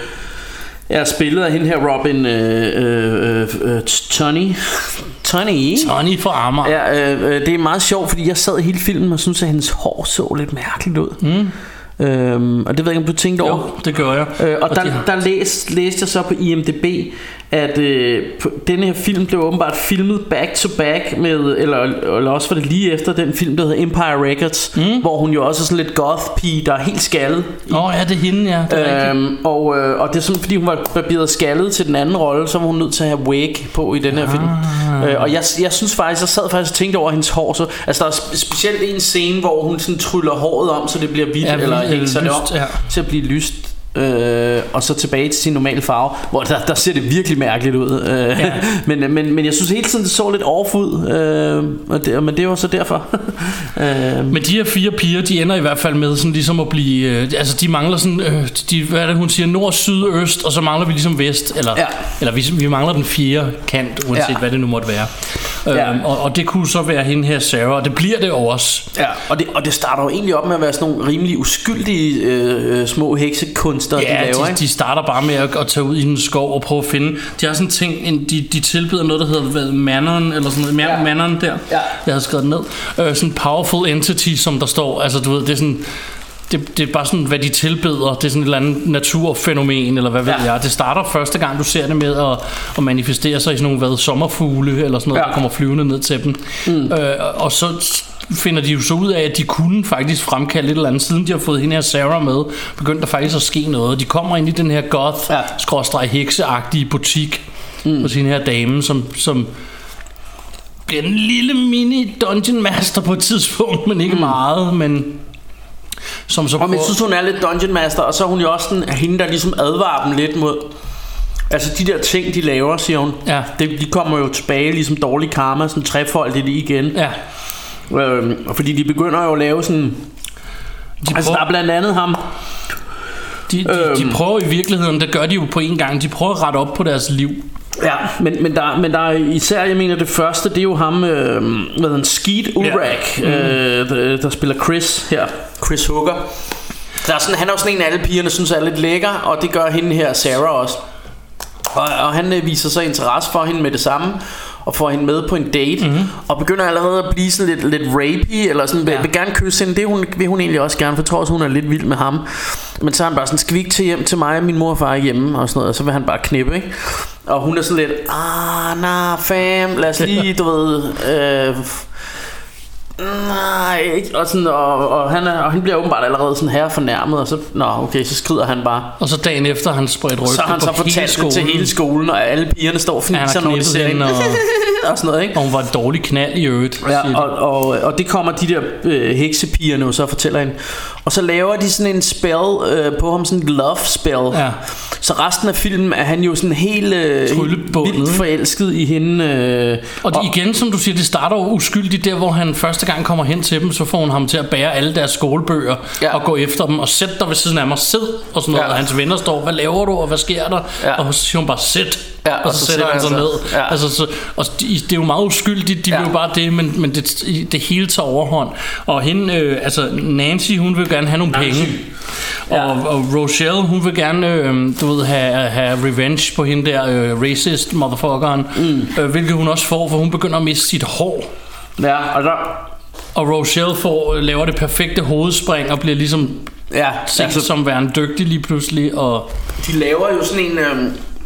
er spillet af hende her Robin øh, øh, øh, Tunney Tunney Tunney for Amager. Ja, øh, det er meget sjovt, fordi jeg sad hele filmen og synes at hendes hår så lidt mærkeligt ud. Mm. Øhm, og det ved jeg ikke om du tænkte over. Jo, det gør jeg. øh, Og, og der, der læste, læste jeg så på I M D B, at øh, denne her film blev åbenbart filmet back to back med, eller, eller også var det lige efter den film der hedder Empire Records, mm. hvor hun jo også er sådan lidt goth pige, der er helt skaldet. Åh oh, ja, det er hende, ja, det er øhm, og, øh, og det er sådan, fordi hun var barberet skaldet til den anden rolle, så var hun nødt til at have wig på i den her ah. film. øh, Og jeg, jeg synes faktisk, jeg sad faktisk og tænkte over hendes hår så, altså der er specielt en scene, hvor hun sådan tryller håret om, så det bliver hvidt, ja, eller hænger det om ja. til at blive lyst. Øh, og så tilbage til sin normale farve, hvor der, der ser det virkelig mærkeligt ud. øh, ja. men, men, men jeg synes hele tiden det så lidt off ud, øh, og det, men det var så derfor. øh. Men de her fire piger, de ender i hvert fald med sådan ligesom at blive øh, altså de mangler sådan øh, de, hvad er det hun siger, nord, syd, øst, og så mangler vi ligesom vest, eller, ja. eller vi, vi mangler den fjerde kant, uanset ja. hvad det nu måtte være. Ja. øhm, og, og det kunne så være hende her Sarah, og det bliver det også. Ja, og det, og det starter jo egentlig op med at være sådan nogle rimelig uskyldige øh, små heksekunster, ja, de laver, de, de starter bare med at, at tage ud i en skov og prøve at finde. De har sådan ting, en, de, de tilbyder noget der hedder hvad, Manon, eller sådan noget, ja. Manon der. Ja. Jeg havde skrevet ned. Øh, sådan powerful entity, som der står. Altså du ved, det er sådan. Det, det er bare sådan, hvad de tilbeder. Det er sådan et eller andet naturfænomen, eller hvad ved ja. jeg. Det starter første gang, du ser det med at, at manifestere sig i sådan nogle hvad, sommerfugle, eller sådan noget, ja. der kommer flyvende ned til dem. Mm. Øh, og så finder de jo så ud af, at de kunne faktisk fremkalde et eller andet. Siden de har fået hende her Sarah med, begyndte der faktisk at ske noget. De kommer ind i den her goth-hekseagtige butik mm. hos hende her dame, som... som bliver en lille mini dungeon master på et tidspunkt, men ikke mm. meget, men... Som så og men jeg synes hun er lidt dungeon master, og så er hun jo også den, hende der ligesom advarer dem lidt mod, altså de der ting de laver, siger hun, ja. det, de kommer jo tilbage ligesom dårlig karma, sådan trefoldigt igen. Ja. øhm, Fordi de begynder jo at lave sådan de altså prøver, der er blandt andet ham de, de, øhm, de prøver i virkeligheden, det gør de jo på en gang, de prøver at rette op på deres liv. Ja, men, men, der, men der er især, jeg mener det første, det er jo ham, øh, hvad hedder Skeet Ulrich, ja. øh, der, der spiller Chris her, Chris Hooker. Der er sådan, han er jo sådan en af alle pigerne, synes er lidt lækker, og det gør hende her, Sarah også. Og, og han øh, viser sig interesse for hende med det samme, og får hende med på en date, mm-hmm. og begynder allerede at blive sådan lidt, lidt rapey, eller sådan, ja. vil gerne kysse hende, det hun, vil hun egentlig også gerne, for jeg tror også, hun er lidt vild med ham. Men så er han bare sådan, skal vi ikke til hjem til mig og min mor og far hjemme, og sådan noget, og så vil han bare knippe, ikke? Og hun er sådan lidt, ah, nah, fam, lad os lige, du ved, øh, nej, ikke? Og, sådan, og, og, han er, og han bliver åbenbart allerede sådan her fornærmet, og så, nå, okay, så skrider han bare. Og så dagen efter, han spredt rygte så har han så fortalt det til hele skolen, og alle pigerne står og fniser, når de ser hende. Og... og sådan noget, ikke? Og hun var et dårligt knald i øvrigt. Ja, og, og, og det kommer de der øh, heksepigerne jo så fortæller hende. Og så laver de sådan en spell øh, på ham, sådan en love spell. Ja. Så resten af filmen er han jo sådan helt øh, vildt forelsket i hende. Øh, og, og igen, som du siger, det starter jo uskyldigt der, hvor han første gang kommer hen til dem, så får hun ham til at bære alle deres skolebøger ja. og gå efter dem og sætte dig ved siden af mig, sid og sådan noget. Ja. Og hans venner står, hvad laver du, og hvad sker der? Ja. Og så siger hun bare, sæt. Ja, og, og så, så sætter han sig ned. Ja. Altså, så, og det er jo meget uskyldigt. De ja. vil jo bare det, men, men det, det hele tager overhånd. Og hende, øh, altså Nancy, hun vil gerne have nogle Nancy. penge. Ja. Og, og Rochelle, hun vil gerne, øh, du ved, have, have revenge på hende der øh, racist motherfuckeren, mm. øh, hvilket hun også får, for hun begynder at miste sit hår. Ja, og der... Og Rochelle får, laver det perfekte hovedspring og bliver ligesom ja, set altså, som værende dygtig lige pludselig. Og de laver jo sådan en... Øh...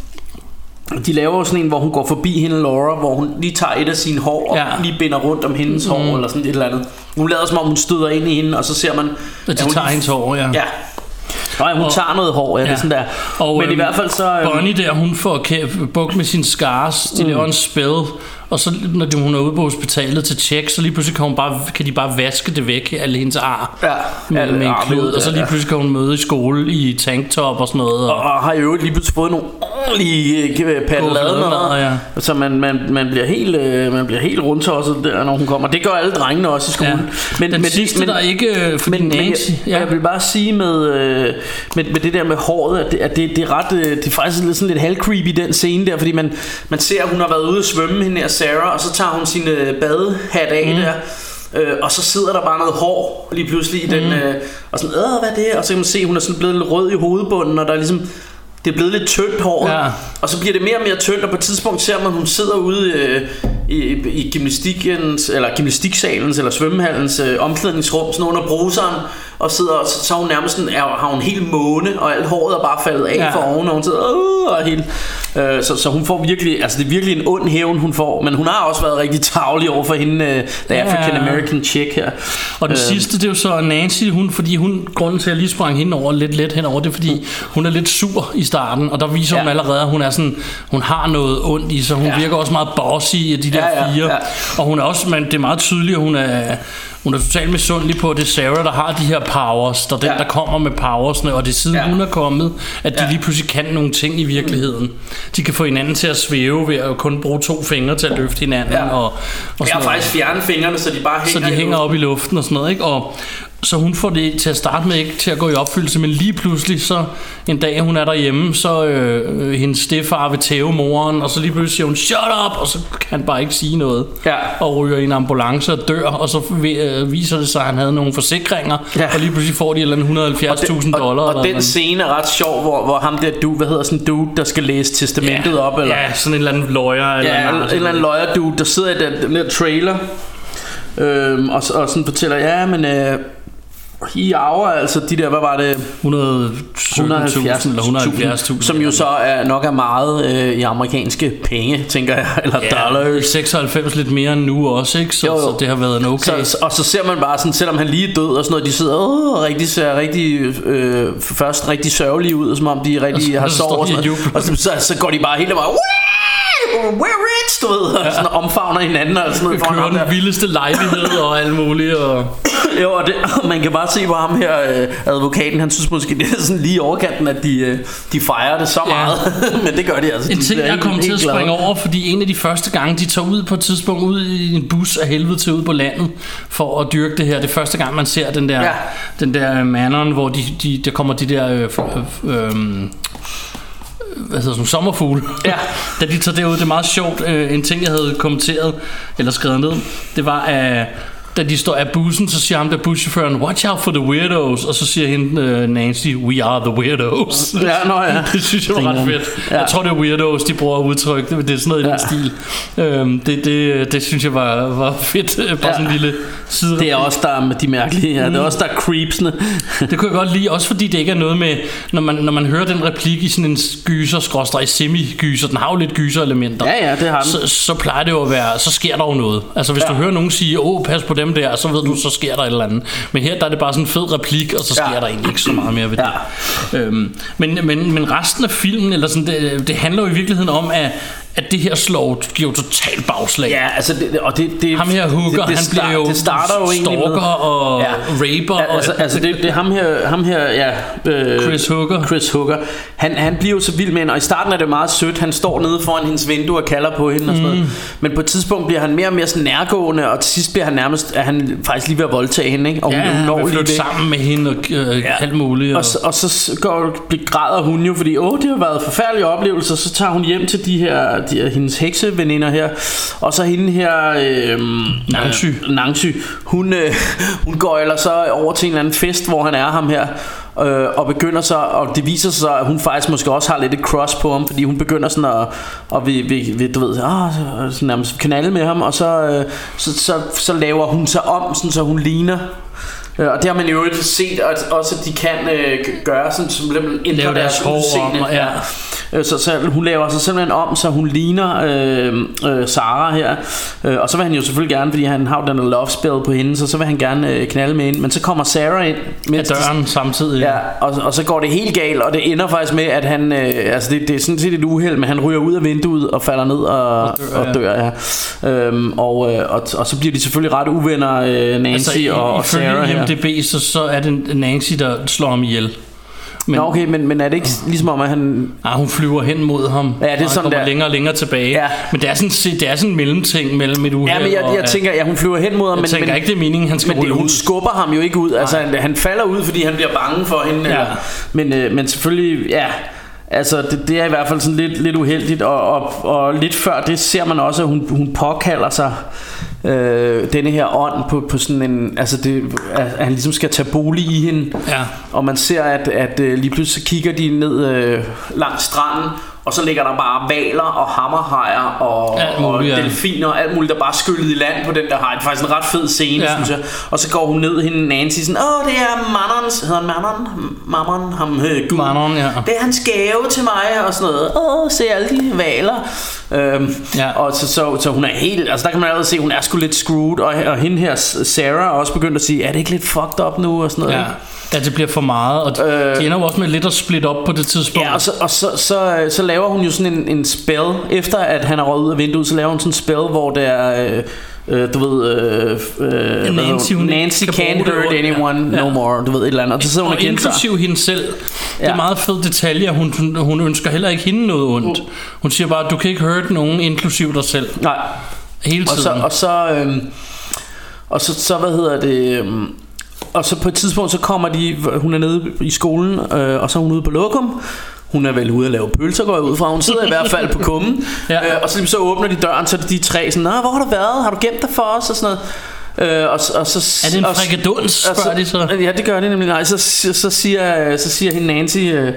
De laver jo sådan en, hvor hun går forbi hende, Laura, hvor hun lige tager et af sine hår og ja. lige binder rundt om hendes mm. hår eller sådan et eller andet. Hun lader som om hun støder ind i hende, og så ser man, at de tager lige... hendes hår, ja. Ja. Nej, hun og, tager noget hår, ja, ja. Det er sådan der. Og, men øhm, i hvert fald så øhm, Bonnie der, hun får bukt med sin scars. De mm. laver en spil. Og så når de, hun er ude på hospitalet til tjek, så lige pludselig kan, hun bare, kan de bare vaske det væk, alle hendes ar ja, med, alle med en klud, og så lige pludselig kan hun møde i skole i tanktop og sådan noget. Og, og har jo lige pludselig fået nogle ordentlige paddelademad, ja. Så man, man, man bliver helt øh, man bliver helt rundtosset der, når hun kommer. Det gør alle drengene også i skolen. Ja. Men den men, sidste men, der ikke fordi men, Nancy, men jeg, ja. jeg vil bare sige med, øh, med med det der med håret, at det, at det, det er ret, øh, det er faktisk lidt sådan lidt halvcreepy den scene der, fordi man man ser at hun har været ude at svømme, hende her Sarah, og så tager hun sin øh, badehat af mm. der. Øh, og så sidder der bare noget hår lige pludselig i den mm. øh, og sådan, øh, hvad er det? Og så kan man se, at hun er sådan blevet lidt rød i hovedbunden, og der er ligesom, det er blevet lidt tyndt hår, ja. Og så bliver det mere og mere tyndt, og på et tidspunkt ser man, at hun sidder ude øh, i, i gymnastikens, eller gymnastiksalens, eller svømmehallens øh, omklædningsrum, sådan under bruseren, og sidder, og så, så hun nærmest sådan, er, har hun en hel måne, og alt håret er bare faldet af ja. for oven, og hun sidder, øh, og helt, øh, så, så hun får virkelig, altså det er virkelig en ond hævn, hun får, men hun har også været rigtig tarvelig over for hende, øh, the African American chick her. Og den øh, sidste, det er jo så Nancy, hun, fordi hun, grunden til at jeg lige sprang hende over, lidt let henover, det er fordi, mm. hun er lidt sur i starten, og der viser ja. hun allerede, at hun er sådan, hun har noget ondt i sig, hun ja. virker også meget bossy i de der ja, ja, fire, ja. og hun er også, men det er meget tydeligt, at hun er, hun er totalt misundelig på, at det er Sarah, der har de her powers, der er den, ja. der kommer med powersne, og det er siden ja. hun er kommet, at de ja. lige pludselig kan nogle ting i virkeligheden. De kan få hinanden til at svæve ved at kun bruge to fingre til at løfte hinanden. Ja. Og, og ja, faktisk fjerne fingrene, så de bare hænger, så de hænger op i luften og sådan noget, ikke? Og så hun får det til at starte med ikke til at gå i opfyldelse, men lige pludselig så en dag hun er derhjemme, så øh, hendes stedfar vil tæve moren, og så lige pludselig siger hun shut up, og så kan han bare ikke sige noget, ja. og ryger i en ambulance og dør, og så øh, viser det sig at han havde nogle forsikringer, ja. og lige pludselig får de et eller andet et hundrede og halvfjerds tusind dollar. Og, og, og den scene er ret sjov, hvor, hvor ham der dude, hvad hedder sådan en dude, der skal læse testamentet ja. op, eller ja, sådan en eller anden lawyer, ja, eller en, en eller anden lawyer dude, der sidder i den, den der trailer, øhm, og, og sådan fortæller, ja, men øh, i arver altså de der, hvad var det, et hundrede og halvfjerds eller et hundrede og halvfjerds tusind, som jo så er nok er meget øh, i amerikanske penge, tænker jeg, eller ja, dollars. seksoghalvfems lidt mere end nu også, ikke? Så, jo, jo. så det har været en okay. Så, og så ser man bare sådan, selvom han lige er død og sådan noget, de sidder åh, rigtig ser rigtig øh, først rigtig sørgelige ud, som om de rigtig har sovet og, sådan og så, så, så går de bare helt og bare we're rich, du ved, ja. og sådan omfavner hinanden og sådan noget. Kører den vildeste lejlighed og alt muligt. Og jo, og det, man kan bare se på ham her, øh, advokaten, han synes måske, det er sådan lige overkanten, at de, øh, de fejrer det så meget. Ja. Men det gør de altså. En ting, jeg kommer til at springe over, fordi en af de første gange, de tager ud på et tidspunkt ud i en bus af helvede til ud på landet for at dyrke det her. Det er første gang, man ser den der, ja. den der maneren, hvor de, de, der kommer de der Øh, øh, øh, hvad hedder sådan, sommerfugle. Ja. Da de tager derud, det er meget sjovt. øh, En ting jeg havde kommenteret eller skrevet ned, det var at da de står af bussen, så siger ham der buschaufføren, watch out for the weirdos, og så siger hende uh, Nancy, we are the weirdos. Ja, nå ja. Det synes jeg var ret fedt. Ja. Jeg tror det er weirdos, de bruger udtryk. Det, det er sådan noget i ja. den stil. øhm, det, det, det synes jeg var, var fedt. Bare ja. sådan en lille side. Det er også der med de mærkelige. Ja. Mm. Det er også der creepsene. Det kunne jeg godt lide, også fordi det ikke er noget med, når man, når man hører den replik i sådan en gyser skråstreg semi-gyser, den har jo lidt gyser-elementer. Ja, ja, det har den. Så, så plejer det jo at være, så sker der jo noget. Altså hvis ja. du hører nogen sige, åh, pas på dem der, så ved du, så sker der et eller andet. Men her der er det bare sådan en fed replik, og så sker ja. der egentlig ikke så meget mere ved det. Ja. øhm, men, men, men resten af filmen eller sådan, det, det handler jo i virkeligheden om at at det her slår giver totalt bagslag. Ja, altså det, og det, det ham her Hooker, det, det, han start, bliver jo det starter jo stalker med, og ja, raper. Ja, altså, og, altså det, det er ham her, ham her, ja, øh, Chris Hooker. Chris Hooker. Han, han bliver jo så vild med hende, og i starten er det meget sødt. Han står nede foran hendes vindue og kalder på hende og sådan noget. Men på et tidspunkt bliver han mere og mere sådan nærgående, og til sidst bliver han nærmest, er han faktisk lige ved at voldtage hende, ikke? Og ja, hun, hun når han lige sammen med hende og øh, ja. alt muligt. Og, og, og så går, græder hun jo, fordi åh, det har været forfærdelige oplevelser. Så tager hun hjem til de her, de, hendes hekseveninder her, og så hende her øh, Nancy. øh, Nancy. Hun, øh, hun gøjler så over til en eller anden fest, hvor han er ham her. Øh, og begynder så, og det viser sig, at hun faktisk måske også har lidt et cross på ham, fordi hun begynder sådan at, og vi, vi, vi, du ved, ah, sådan nærmest knalde med ham, og så, øh, så, så, så laver hun sig om, sådan, så hun ligner. Øh, og det har man jo set, at også at de kan øh, gøre, sådan, simpelthen ændre deres udseende. Ja. Så, så hun laver sig simpelthen om, så hun ligner øh, øh, Sarah her. øh, Og så vil han jo selvfølgelig gerne, fordi han har den love spell på hende, så så vil han gerne øh, knalde med hende. Men så kommer Sarah ind med døren de, samtidig. Ja, og, og så går det helt galt. Og det ender faktisk med, at han øh, altså det, det er sådan set et uheld, men han ryger ud af vinduet og falder ned og, og dør, og dør ja. Ja. Øhm, og, øh, og, og så bliver de selvfølgelig ret uvenner, øh, Nancy altså, og, og Sarah her. I M D B så, så er det Nancy, der slår ham ihjel. Men, Nå, okay, men, men er det ikke ligesom om, at han... Nej, hun flyver hen mod ham. Ja, det er sådan kommer der. længere og længere tilbage. Ja. Men det er, sådan, det er sådan en mellemting mellem et uheld. Ja, men jeg, jeg, jeg tænker, ja, hun flyver hen mod ham. Jeg men, tænker men, ikke, det er meningen, han skal men rulle det, hun ud. skubber ham jo ikke ud. Altså, han, han falder ud, fordi han bliver bange for hende. Ja. Men, øh, men selvfølgelig, ja... Altså det, det er i hvert fald sådan lidt, lidt uheldigt. Og, og, og lidt før det ser man også, at hun, hun påkalder sig øh, denne her ånd på, på sådan en, altså det, at han ligesom skal tage bolig i hende. Ja. Og man ser at, at øh, lige pludselig så kigger de ned øh, langs stranden, og så ligger der bare valer og hammerhajer og, muligt, og delfiner og alt muligt, der bare skyllet i land på den der haj. Det er faktisk en ret fed scene, ja. Synes jeg. Og så går hun ned, hende Nancy, sådan, åh, det er Manons, hedder han Manon? Mammon, ham øh, Gud. Manon, ja. Det er hans gave til mig, og sådan noget. Åh, se alle de valer. Øhm, ja. Og så, så, så hun er helt, altså der kan man allerede se, hun er sgu lidt screwed, og, og hende her, Sarah, er også begyndt at sige, er det ikke lidt fucked up nu, og sådan noget. Ja. Ja, det bliver for meget. Og de, øh, de ender jo også med lidt at splitte op på det tidspunkt. Ja, og så, og så, så, så laver hun jo sådan en, en spell. Efter at han er røget ud af vinduet, så laver hun sådan en spell, hvor der er øh, du ved øh, øh, Nancy, hun Nancy can't hurt anyone ja. no more. Du ved et eller andet. Og, så og inklusiv hende selv. Ja. Det er meget fed detalje. Hun, hun, hun ønsker heller ikke hende noget ondt. Hun siger bare, du kan ikke hurt nogen, inklusiv dig selv. Nej. Hele tiden. Og så, og så, øh, og så, så hvad hedder det... Øh, Og så på et tidspunkt så kommer de, hun er nede i skolen, øh, og så er hun ude på lokum. Hun er vel ude at lave pølser, går jeg ud fra. Hun sidder i hvert fald på kummen. Ja. øh, Og så, så åbner de døren, så er de tre sådan, nå, hvor har du været? Har du gemt dig for os? Og sådan noget. Øh, og, og så, er det en frikaduns, spørger de så? Ja, det gør de nemlig. Nej, så, så, så, siger, så siger hende Nancy, øh,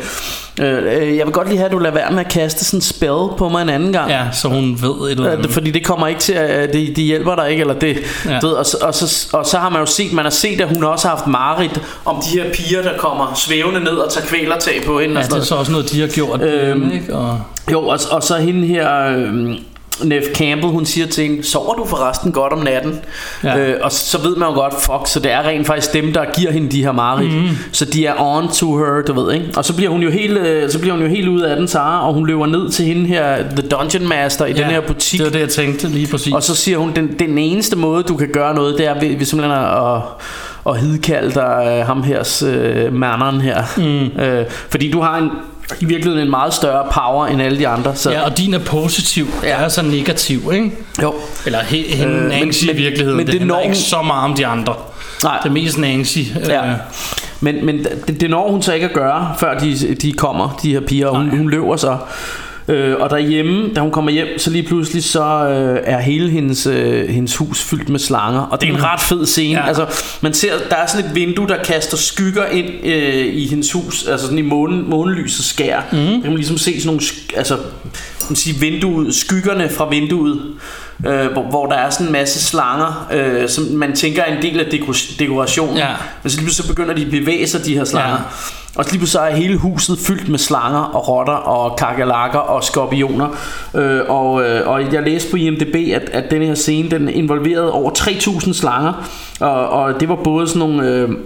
øh, jeg vil godt lige have, at du lader være med at kaste sådan en spell på mig en anden gang. Ja, så hun ved et eller andet. øh, Fordi det kommer ikke til at det, de hjælper dig ikke, eller det, ja. ved, og, så, og, så, og så har man jo set, man har set, at hun også har haft mareridt om de her piger, der kommer svævende ned og tager kvælertag på hende. Ja, og det er så også noget, de har gjort. øhm, ikke? Og... Jo, og, og så hende her... Øh, Neve Campbell, hun siger til hende, sover du forresten godt om natten? Ja. øh, Og så ved man jo godt, fuck, så det er rent faktisk dem, der giver hende de her mareridt. mm. Så de er on to her, du ved, ikke? Og så bliver hun jo helt, øh, så bliver hun jo helt ude af den, Sarah. Og hun løber ned til hende her, The Dungeon Master, i ja, den her butik. Det var det, jeg tænkte lige præcis. Og så siger hun, den, den eneste måde, du kan gøre noget, det er ved, ved simpelthen at og hidkalde dig øh, ham hers øh, manden her. mm. øh, Fordi du har en i virkeligheden en meget større power end alle de andre, så. Ja, og din er positiv. Ja. Er så negativ, ikke? Jo. Eller he, hende øh, Nancy men, i virkeligheden. Men det, det handler ikke så meget om de andre. Nej. Det er mest Nancy. Ja. øh. Men, men det, det når hun så ikke at gøre, før de, de kommer, de her piger. Og hun, hun løber så. Øh, og derhjemme, da hun kommer hjem, så lige pludselig så øh, er hele hendes, øh, hendes hus fyldt med slanger. Og det er en ret fed scene. Ja. Altså, man ser, der er sådan et vindue, der kaster skygger ind øh, i hendes hus. Altså sådan i månen, månelyset skær. Mm. Der kan man ligesom se sådan nogle, altså, man sige, vinduet, skyggerne fra vinduet. Øh, hvor, hvor der er sådan en masse slanger, øh, som man tænker er en del af dekor- dekorationen. Ja. Men så lige pludselig så begynder de at bevæge sig, de her slanger. Ja. Og så lige pludselig er hele huset fyldt med slanger og rotter og kakelakker og skorpioner. øh, og, øh, og jeg læste på I M D B, at, at den her scene, den involverede over tre tusind slanger. Og, og det var både sådan nogle... Øh,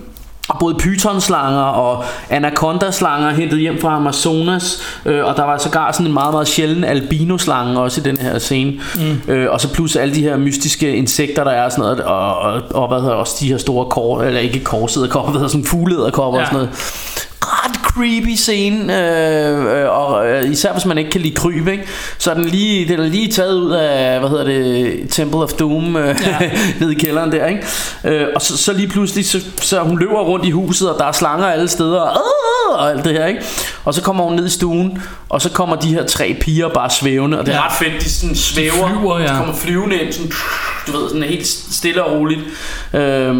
Og både pythonslanger og anacondaslanger hentet hjem fra Amazonas, øh, og der var sågar sådan en meget, meget sjælden albinoslange også i den her scene. Mm. Øh, og så plus alle de her mystiske insekter, der er sådan noget, og, og, og hvad hedder også de her store kor, eller ikke korsæderkopper, hvad hedder sådan fuglederkopper ja. og sådan noget. Ret creepy scene, øh, og øh, især hvis man ikke kan lide kryb, ikke? Så er den lige, den er lige taget ud af, hvad hedder det, Temple of Doom, øh, ja. ned i kælderen der, ikke? Øh, og så, så lige pludselig, så, så hun løber rundt i huset, og der er slanger alle steder, og, øh, og alt det her, ikke? Og så kommer hun ned i stuen, og så kommer de her tre piger bare svævende, og det er ja. ret fedt, de sådan svæver, de, flyver, ja. de kommer flyvende ind, sådan, du ved, sådan helt stille og roligt. Øh,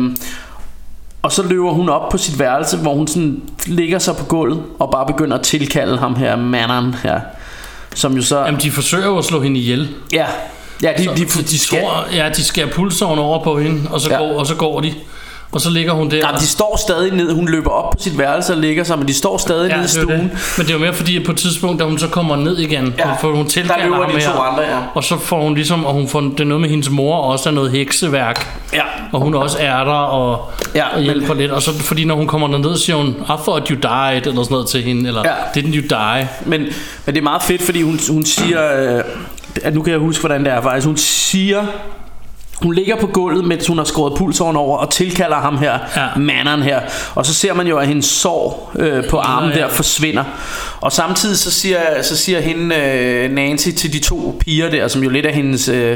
Og så løber hun op på sit værelse, hvor hun sådan ligger sig på gulvet og bare begynder at tilkalde ham her, manden her, som jo så... Jamen, de forsøger jo at slå hende ihjel. Ja, ja de, så, de, de, de, skærer, ja, de skærer pulsåren over på hende, og så, ja. går, og så går de. Og så ligger hun der. Nej, de står stadig ned. Hun løber op på sit værelse og ligger sig, men de står stadig ja, nede i stuen. Det. Men det er jo mere fordi, at på et tidspunkt, da hun så kommer ned igen, ja, for hun tilkalder ham her, andre, ja. og så får hun ligesom, og hun får det er noget med hendes mor også er noget hekseværk. Ja. Og hun også er der og, ja, og hjælper men, lidt. Og så fordi når hun kommer derned, siger hun, I thought you died, eller sådan noget til hende, eller ja. Didn't you die? Men, men det er meget fedt, fordi hun, hun siger, øh, at nu kan jeg huske, hvordan det er faktisk. Hun siger... Hun ligger på gulvet, mens hun har skåret pulsåren over og tilkalder ham her, ja. manden her. Og så ser man jo, at hendes sår øh, på armen ja, ja. der forsvinder. Og samtidig så siger, så siger hende øh, Nancy til de to piger der, som jo lidt er hendes øh,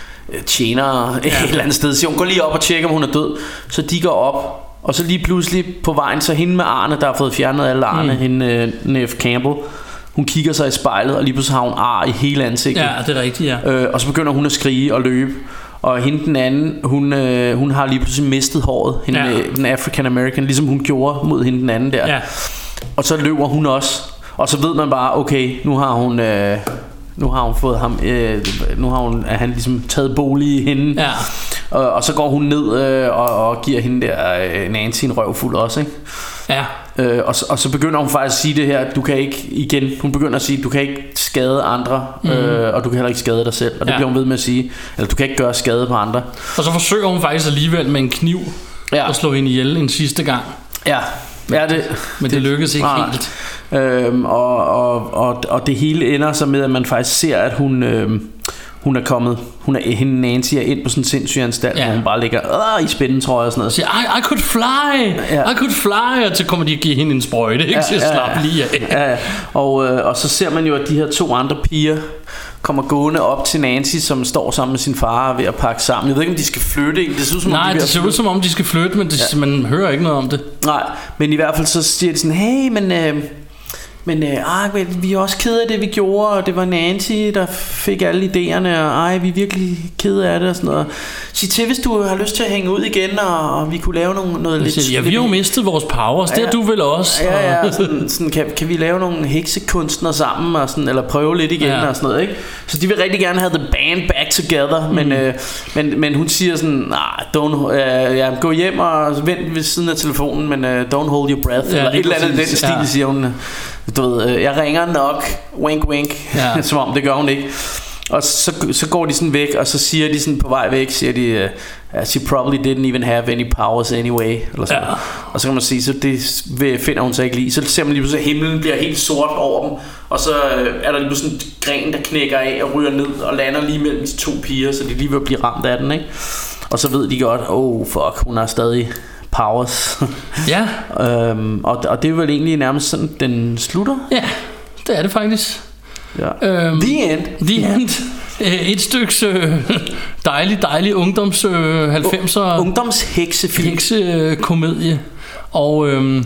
tjenere ja. et eller andet sted, siger hun, gå lige op og tjekke, om hun er død. Så de går op, og så lige pludselig på vejen, så hende med Arne, der har fået fjernet alle Arne, mm. hende øh, Neve Campbell, hun kigger sig i spejlet, og lige pludselig har hun ar i hele ansigtet. Ja, det er rigtigt, ja. øh, Og så begynder hun at skrige og løbe. Og hende den anden, hun, øh, hun har lige pludselig mistet håret, hende, ja. øh, den African American, ligesom hun gjorde mod hende den anden der. Ja. Og så løber hun også. Og så ved man bare, okay, nu har hun, øh, nu har hun fået ham, øh, nu har hun, er han ligesom taget bolig i hende. Ja. Og, og så går hun ned øh, og, og giver hende der øh, Nancy en røvfuld også, ikke? Ja. Øh, og, og så begynder hun faktisk at sige det her, du kan ikke igen, hun begynder at sige, du kan ikke skade andre, mm. øh, og du kan heller ikke skade dig selv. Og det ja. bliver hun ved med at sige, eller du kan ikke gøre skade på andre. Og så forsøger hun faktisk alligevel med en kniv ja. at slå hende ihjel en sidste gang. Ja, ja det, men det, det lykkes ikke nej. helt. Øhm, og, og, og, og det hele ender så med, at man faktisk ser, at hun... Øhm, hun er kommet, hun er hende Nancy er ind på sådan en sindssygeanstalt, ja. hvor hun bare ligger i spændetrøje og sådan noget. Så I, I could fly, ja. I could fly, og så kommer de og giver hende en sprøjte, ikke? Ja, så jeg slap ja, lige af. Ja, ja. Og, øh, og så ser man jo, at de her to andre piger kommer gående op til Nancy, som står sammen med sin far ved at pakke sammen. Jeg ved ikke, om de skal flytte. Det ser ud som Nej, om de det ser ud som om de skal flytte, men det, ja. man hører ikke noget om det. Nej, men i hvert fald så siger de sådan, hey, men... Øh, Men øh, ah, vi er også kede af det vi gjorde, og det var Nancy der fik alle idéerne, og ej, vi er virkelig kede af det og sådan noget. Sig til, hvis du har lyst til at hænge ud igen, og, og vi kunne lave nogle, noget lidt... Ja, vi har jo mistet vores powers, det ja, du vel også. Ja, ja, sådan, sådan, kan, kan vi lave nogle heksekunstner sammen, og sådan, eller prøve lidt igen ja. og sådan noget, ikke? Så de vil rigtig gerne have the band back together, mm. men, øh, men, men hun siger sådan, nej, don't, øh, ja, gå hjem og vent ved siden af telefonen, men øh, don't hold your breath, ja, eller et eller andet den stil, ja. siger hun. Du ved, jeg ringer nok, wink wink, ja. som om det gør hun ikke. Og så, så går de sådan væk, og så siger de sådan på vej væk, siger de, uh, she probably didn't even have any powers anyway, eller sådan. Ja. Og så kan man sige, så det finder hun sig ikke lige. Så ser man lige pludselig, at himlen bliver helt sort over dem, og så er der lige pludselig en gren, der knækker af og ryger ned og lander lige mellem de to piger, så de lige vil blive ramt af den, ikke? Og så ved de godt, oh fuck, hun er stadig powers. Ja. øhm, og, og det er vel egentlig nærmest sådan den slutter. Ja, det er det faktisk. Ja. øhm, The end. The end. Et styks øh, dejlig dejlig ungdoms øh, halvfemser ungdomsheksefilm, heksekomedie. Og øhm,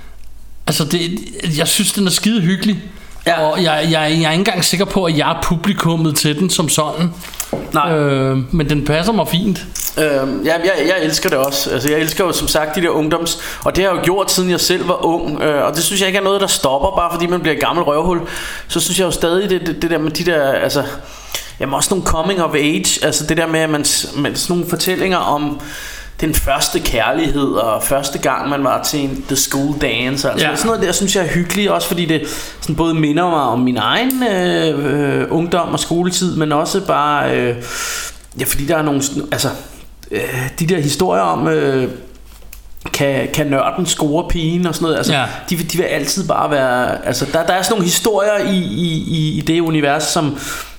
altså det, jeg synes den er skide hyggelig. Ja. Og jeg, jeg, jeg er ikke engang sikker på, at jeg er publikummet til den som sådan. Nej. Øh, men den passer mig fint. øh, ja, jeg, jeg elsker det også. Altså, jeg elsker jo som sagt de der ungdoms. Og det har jeg jo gjort siden jeg selv var ung, øh, og det synes jeg ikke er noget der stopper, bare fordi man bliver et gammelt røvhul. Så synes jeg jo stadig det, det, det der med de der, altså, jamen også nogle coming of age. Altså det der med, at man, med sådan nogle fortællinger om den første kærlighed og første gang man var til en the school dance, altså ja. sådan noget der synes jeg er hyggeligt, også fordi det sådan både minder mig om min egen øh, øh, ungdom og skoletid, men også bare øh, ja, fordi der er nogle altså øh, de der historier om øh, kan, kan nørden score pigen og sådan noget. Altså, ja. de, de vil altid bare være... Altså, der, der er sådan nogle historier i, i, i det univers, som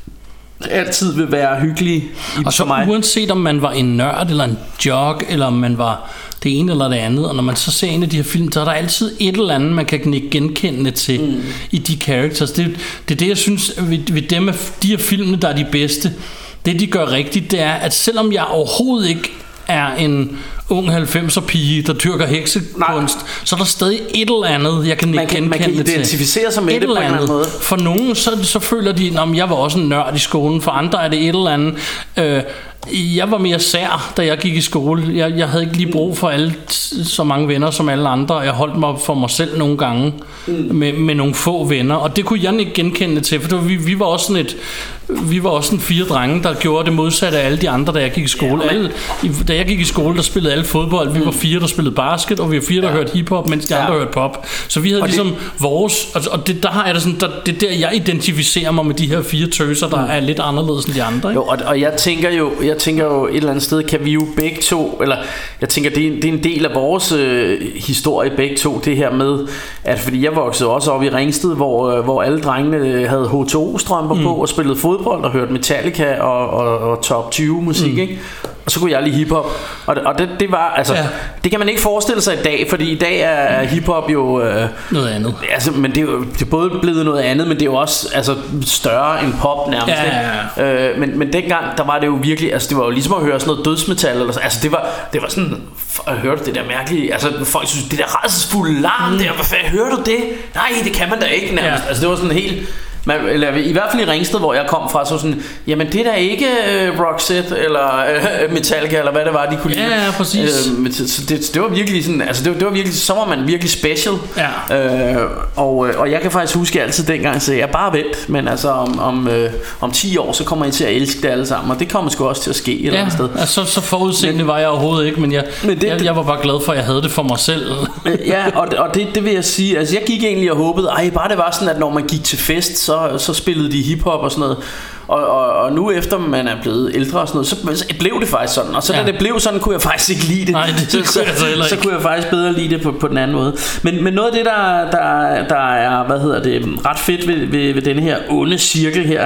altid vil være hyggelige i, og så for mig. Uanset om man var en nørd eller en jog, eller om man var det ene eller det andet, og når man så ser en af de her film, så er der altid et eller andet, man kan genkende til mm. i de characters. Det, det er det, jeg synes, ved, ved dem af de her filmene, der er de bedste. Det, de gør rigtigt, det er, at selvom jeg overhovedet ikke er en ung halvfemser pige, der dyrker heksekunst, så er der stadig et eller andet, jeg kan man kan, genkende man kan identificere sig med det på en eller anden måde. For nogen, så, så føler de, at jeg var også en nørd i skolen. For andre er det et eller andet. Øh, jeg var mere sær, da jeg gik i skole. Jeg, jeg havde ikke lige brug for alle, så mange venner som alle andre. Jeg holdt mig for mig selv nogle gange mm. med, med nogle få venner. Og det kunne jeg ikke genkende til, for vi, vi var også sådan et vi var også sådan fire drenge, der gjorde det modsatte af alle de andre, da jeg gik i skole. Ja, alle, da jeg gik i skole, der spillede alle fodbold. Vi var fire, der spillede basket, og vi var fire, der ja. hørte hiphop, mens de ja. andre hørte pop. Så vi havde og ligesom det, vores, og det, der har jeg det sådan, der, det er der, jeg identificerer mig med de her fire tøser, der mm. er lidt anderledes end de andre. Ikke? Jo, og, og jeg tænker jo, jeg tænker jo et eller andet sted, kan vi jo begge to, eller jeg tænker, det er, det er en del af vores øh, historie begge to, det her med, at fordi jeg voksede også op i Ringsted, hvor, øh, hvor alle drengene havde H to O-strømper mm. på og spillede fodbold og hørte Metallica og, og, og top tyve musik, mm. ikke? Og så kunne jeg lige hiphop. Og, det, og det, det var altså ja. det kan man ikke forestille sig i dag, fordi i dag er hiphop jo øh, noget andet. Altså, men det er jo det er både blevet noget andet, men det er jo også altså større end pop nærmest. Ja, ja, ja. Øh, men men dengang der var det jo virkelig, altså det var jo ligesom at høre sådan noget dødsmetal eller så. Altså det var det var sådan, jeg hørte det der mærkelige, altså folk synes det der rædselsfulde larm mm. der, hvad fanden hører du det? Nej, det kan man da ikke nærmest. Ja. Altså det var sådan helt man, eller i hvert fald i Ringsted, hvor jeg kom fra, så sådan, jamen det er da ikke uh, Roxette eller uh, Metallica eller hvad det var de kunne lide. Ja, ja, præcis. Uh, så det, det var virkelig sådan, altså det var, det var virkelig, så var man virkelig special. Ja. Uh, og og jeg kan faktisk huske altid dengang, så jeg bare vent, men altså om om uh, om ti år så kommer I til at elske det alle sammen, og det kommer sgu også til at ske et ja, eller andet sted. Altså så forudseende var jeg overhovedet ikke, men jeg men det, jeg, jeg var bare glad for at jeg havde det for mig selv. Ja, og og det det vil jeg sige, altså jeg gik egentlig og håbede, ej bare det var sådan, at når man gik til fest, så så spillede de hiphop og sådan noget. Og, og, og nu efter man er blevet ældre og sådan noget, så, så blev det faktisk sådan. Og så ja. da det blev sådan, kunne jeg faktisk ikke lide det. Nej, det, det så, så, så, så kunne jeg faktisk bedre lide det på, på den anden måde. Men, men noget af det der, der, der er, hvad hedder det, ret fedt ved, ved, ved denne her onde cirkel her,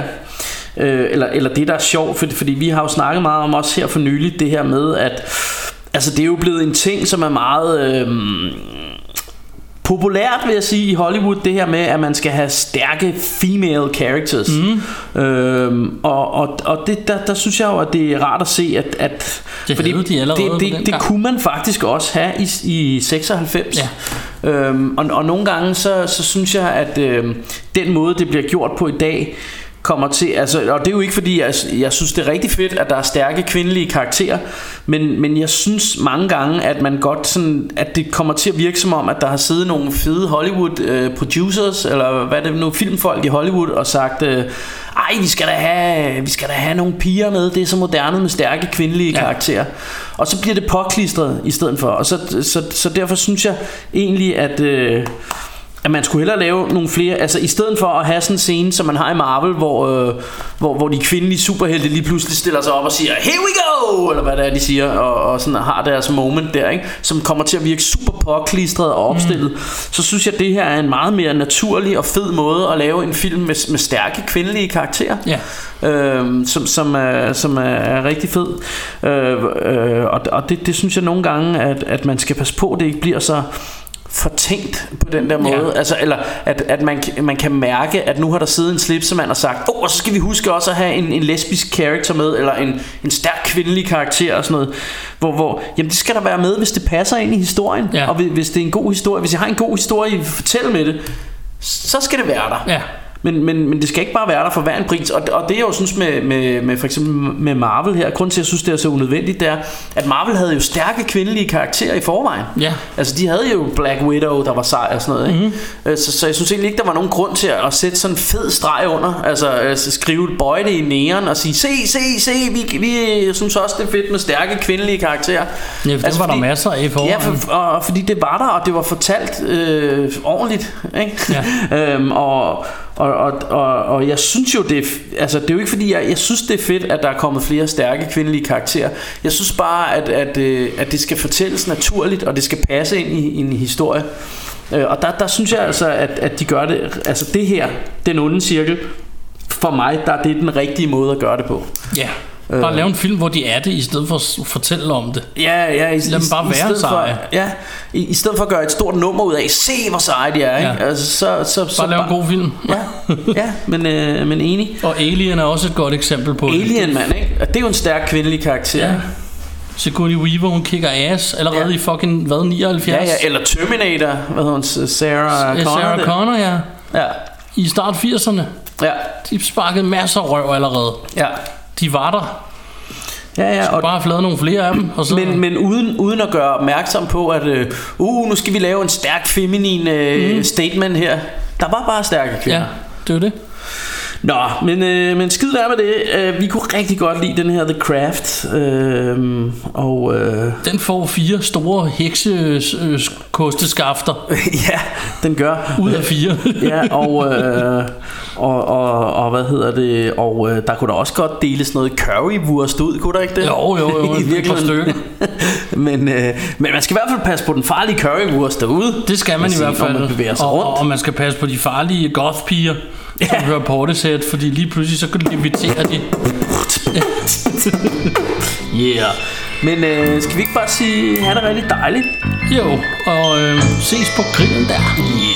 øh, eller, eller det der er sjovt, for, fordi vi har jo snakket meget om os her for nyligt, det her med at altså det er jo blevet en ting, som er meget øh, populært, vil jeg sige, i Hollywood, det her med, at man skal have stærke female characters. Mm. Øhm, og og, og det, der, der synes jeg jo, at det er rart at se, at, at det, fordi de det, det, det, det kunne man faktisk også have i, i seksoghalvfems. Ja. Øhm, og, og nogle gange, så, så synes jeg, at øh, den måde, det bliver gjort på i dag, kommer til, altså, og det er jo ikke fordi jeg, jeg synes det er rigtig fedt at der er stærke kvindelige karakterer, men, men jeg synes mange gange at man godt sådan, at det kommer til at virke som om at der har siddet nogle fede Hollywood øh, producers eller hvad det nu, filmfolk i Hollywood og sagt øh, ej vi skal da have vi skal da have nogle piger med, det er så moderne med stærke kvindelige ja. karakterer, og så bliver det påklistret i stedet for, og så, så, så derfor synes jeg egentlig at øh, at man skulle hellere lave nogle flere, altså i stedet for at have sådan en scene som man har i Marvel, hvor, øh, hvor, hvor de kvindelige superhelte lige pludselig stiller sig op og siger here we go, eller hvad det er de siger, og, og sådan har deres moment der, ikke? Som kommer til at virke super påklistret og opstillet. Mm. Så synes jeg at det her er en meget mere naturlig og fed måde at lave en film med, med stærke kvindelige karakterer, yeah. øh, som, som, er, som er rigtig fed, øh, øh, og, og det, det synes jeg nogle gange at, at man skal passe på at det ikke bliver så fortænkt på den der måde, ja. altså, eller at, at man, man kan mærke at nu har der siddet en slipsemand og sagt åh, oh, så skal vi huske også at have en, en lesbisk karakter med, eller en, en stærk kvindelig karakter og sådan noget, hvor, hvor jamen det skal der være med, hvis det passer ind i historien, ja. og hvis det er en god historie, hvis jeg har en god historie, fortæl med det, så skal det være der, ja. Men, men, men det skal ikke bare være der for hver en pris. Og, og det jeg jo synes med, med, med for eksempel med Marvel her, grund til at jeg synes det er så unødvendigt, det er at Marvel havde jo stærke kvindelige karakterer i forvejen, ja. Altså de havde jo Black Widow der var sej og sådan noget, ikke? Mm-hmm. så, så jeg synes egentlig ikke der var nogen grund til at sætte sådan en fed streg under, altså, altså skrive et bøjte i neon og sige se, se, se vi, vi synes også det er fedt med stærke kvindelige karakterer. Ja, det altså, var fordi, der masser af i forvejen. Ja, for, og, fordi det var der, og det var fortalt øh, ordentligt, ikke? Ja. øhm, og Og, og, og, og jeg synes jo det er, altså det er jo ikke fordi jeg, jeg synes det er fedt at der er kommet flere stærke kvindelige karakterer. Jeg synes bare at, at, at det skal fortælles naturligt, og det skal passe ind i, i en historie. Og der, der synes jeg altså at, at de gør det. Altså det her, Den onde cirkel, for mig der er det den rigtige måde at gøre det på. Ja. Bare øh. lave en film hvor de er det, i stedet for at fortælle om det. Ja, ja, i, lad dem bare i, være seje. Ja, i, i stedet for at gøre et stort nummer ud af, se hvor seje de er, ikke? Ja. Altså, så, så, bare så lave en god film. Ja, ja, men, øh, men enig. Og Alien er også et godt eksempel på Alien, det. Alien, mand, ikke? Det er jo en stærk kvindelig karakter. Ja. Sigourney Weaver, hun kicker ass allerede ja. i fucking hvad, nioghalvfjerds. Ja, ja, eller Terminator, hvad hedder hun, Sarah Connor. Sarah Connor, ja. Ja. I start firserne. Ja. De sparkede masser af røv allerede. Ja. De var der. Ja, ja, og bare have lavet nogle flere af dem og så... Men, men uden, uden at gøre opmærksom på at uh, uh, nu skal vi lave en stærk feminin uh, mm. statement her. Der var bare stærke kvinder. Ja, det var det. Nå, men, øh, men skid være med det. uh, Vi kunne rigtig godt lide den her The Craft. uh, Og uh, den får fire store heksekosteskafter. Ja, den gør. Ud af fire. Ja, og, øh, og, og, og hvad hedder det. Og øh, der kunne da også godt deles noget currywurst ud, kunne der ikke det? Jo, jo, jo, et par stykker. men, øh, men man skal i hvert fald passe på den farlige currywurst derude. Det skal man i hvert fald. Man bevæger sig og, rundt. og man skal passe på de farlige goth-piger, ja. som hører Portishead, fordi lige pludselig så kan de invitere de. Yeah. Men øh, skal vi ikke bare sige, ha' det rigtig dejligt? Jo, og øh, ses på grillen der. Yeah.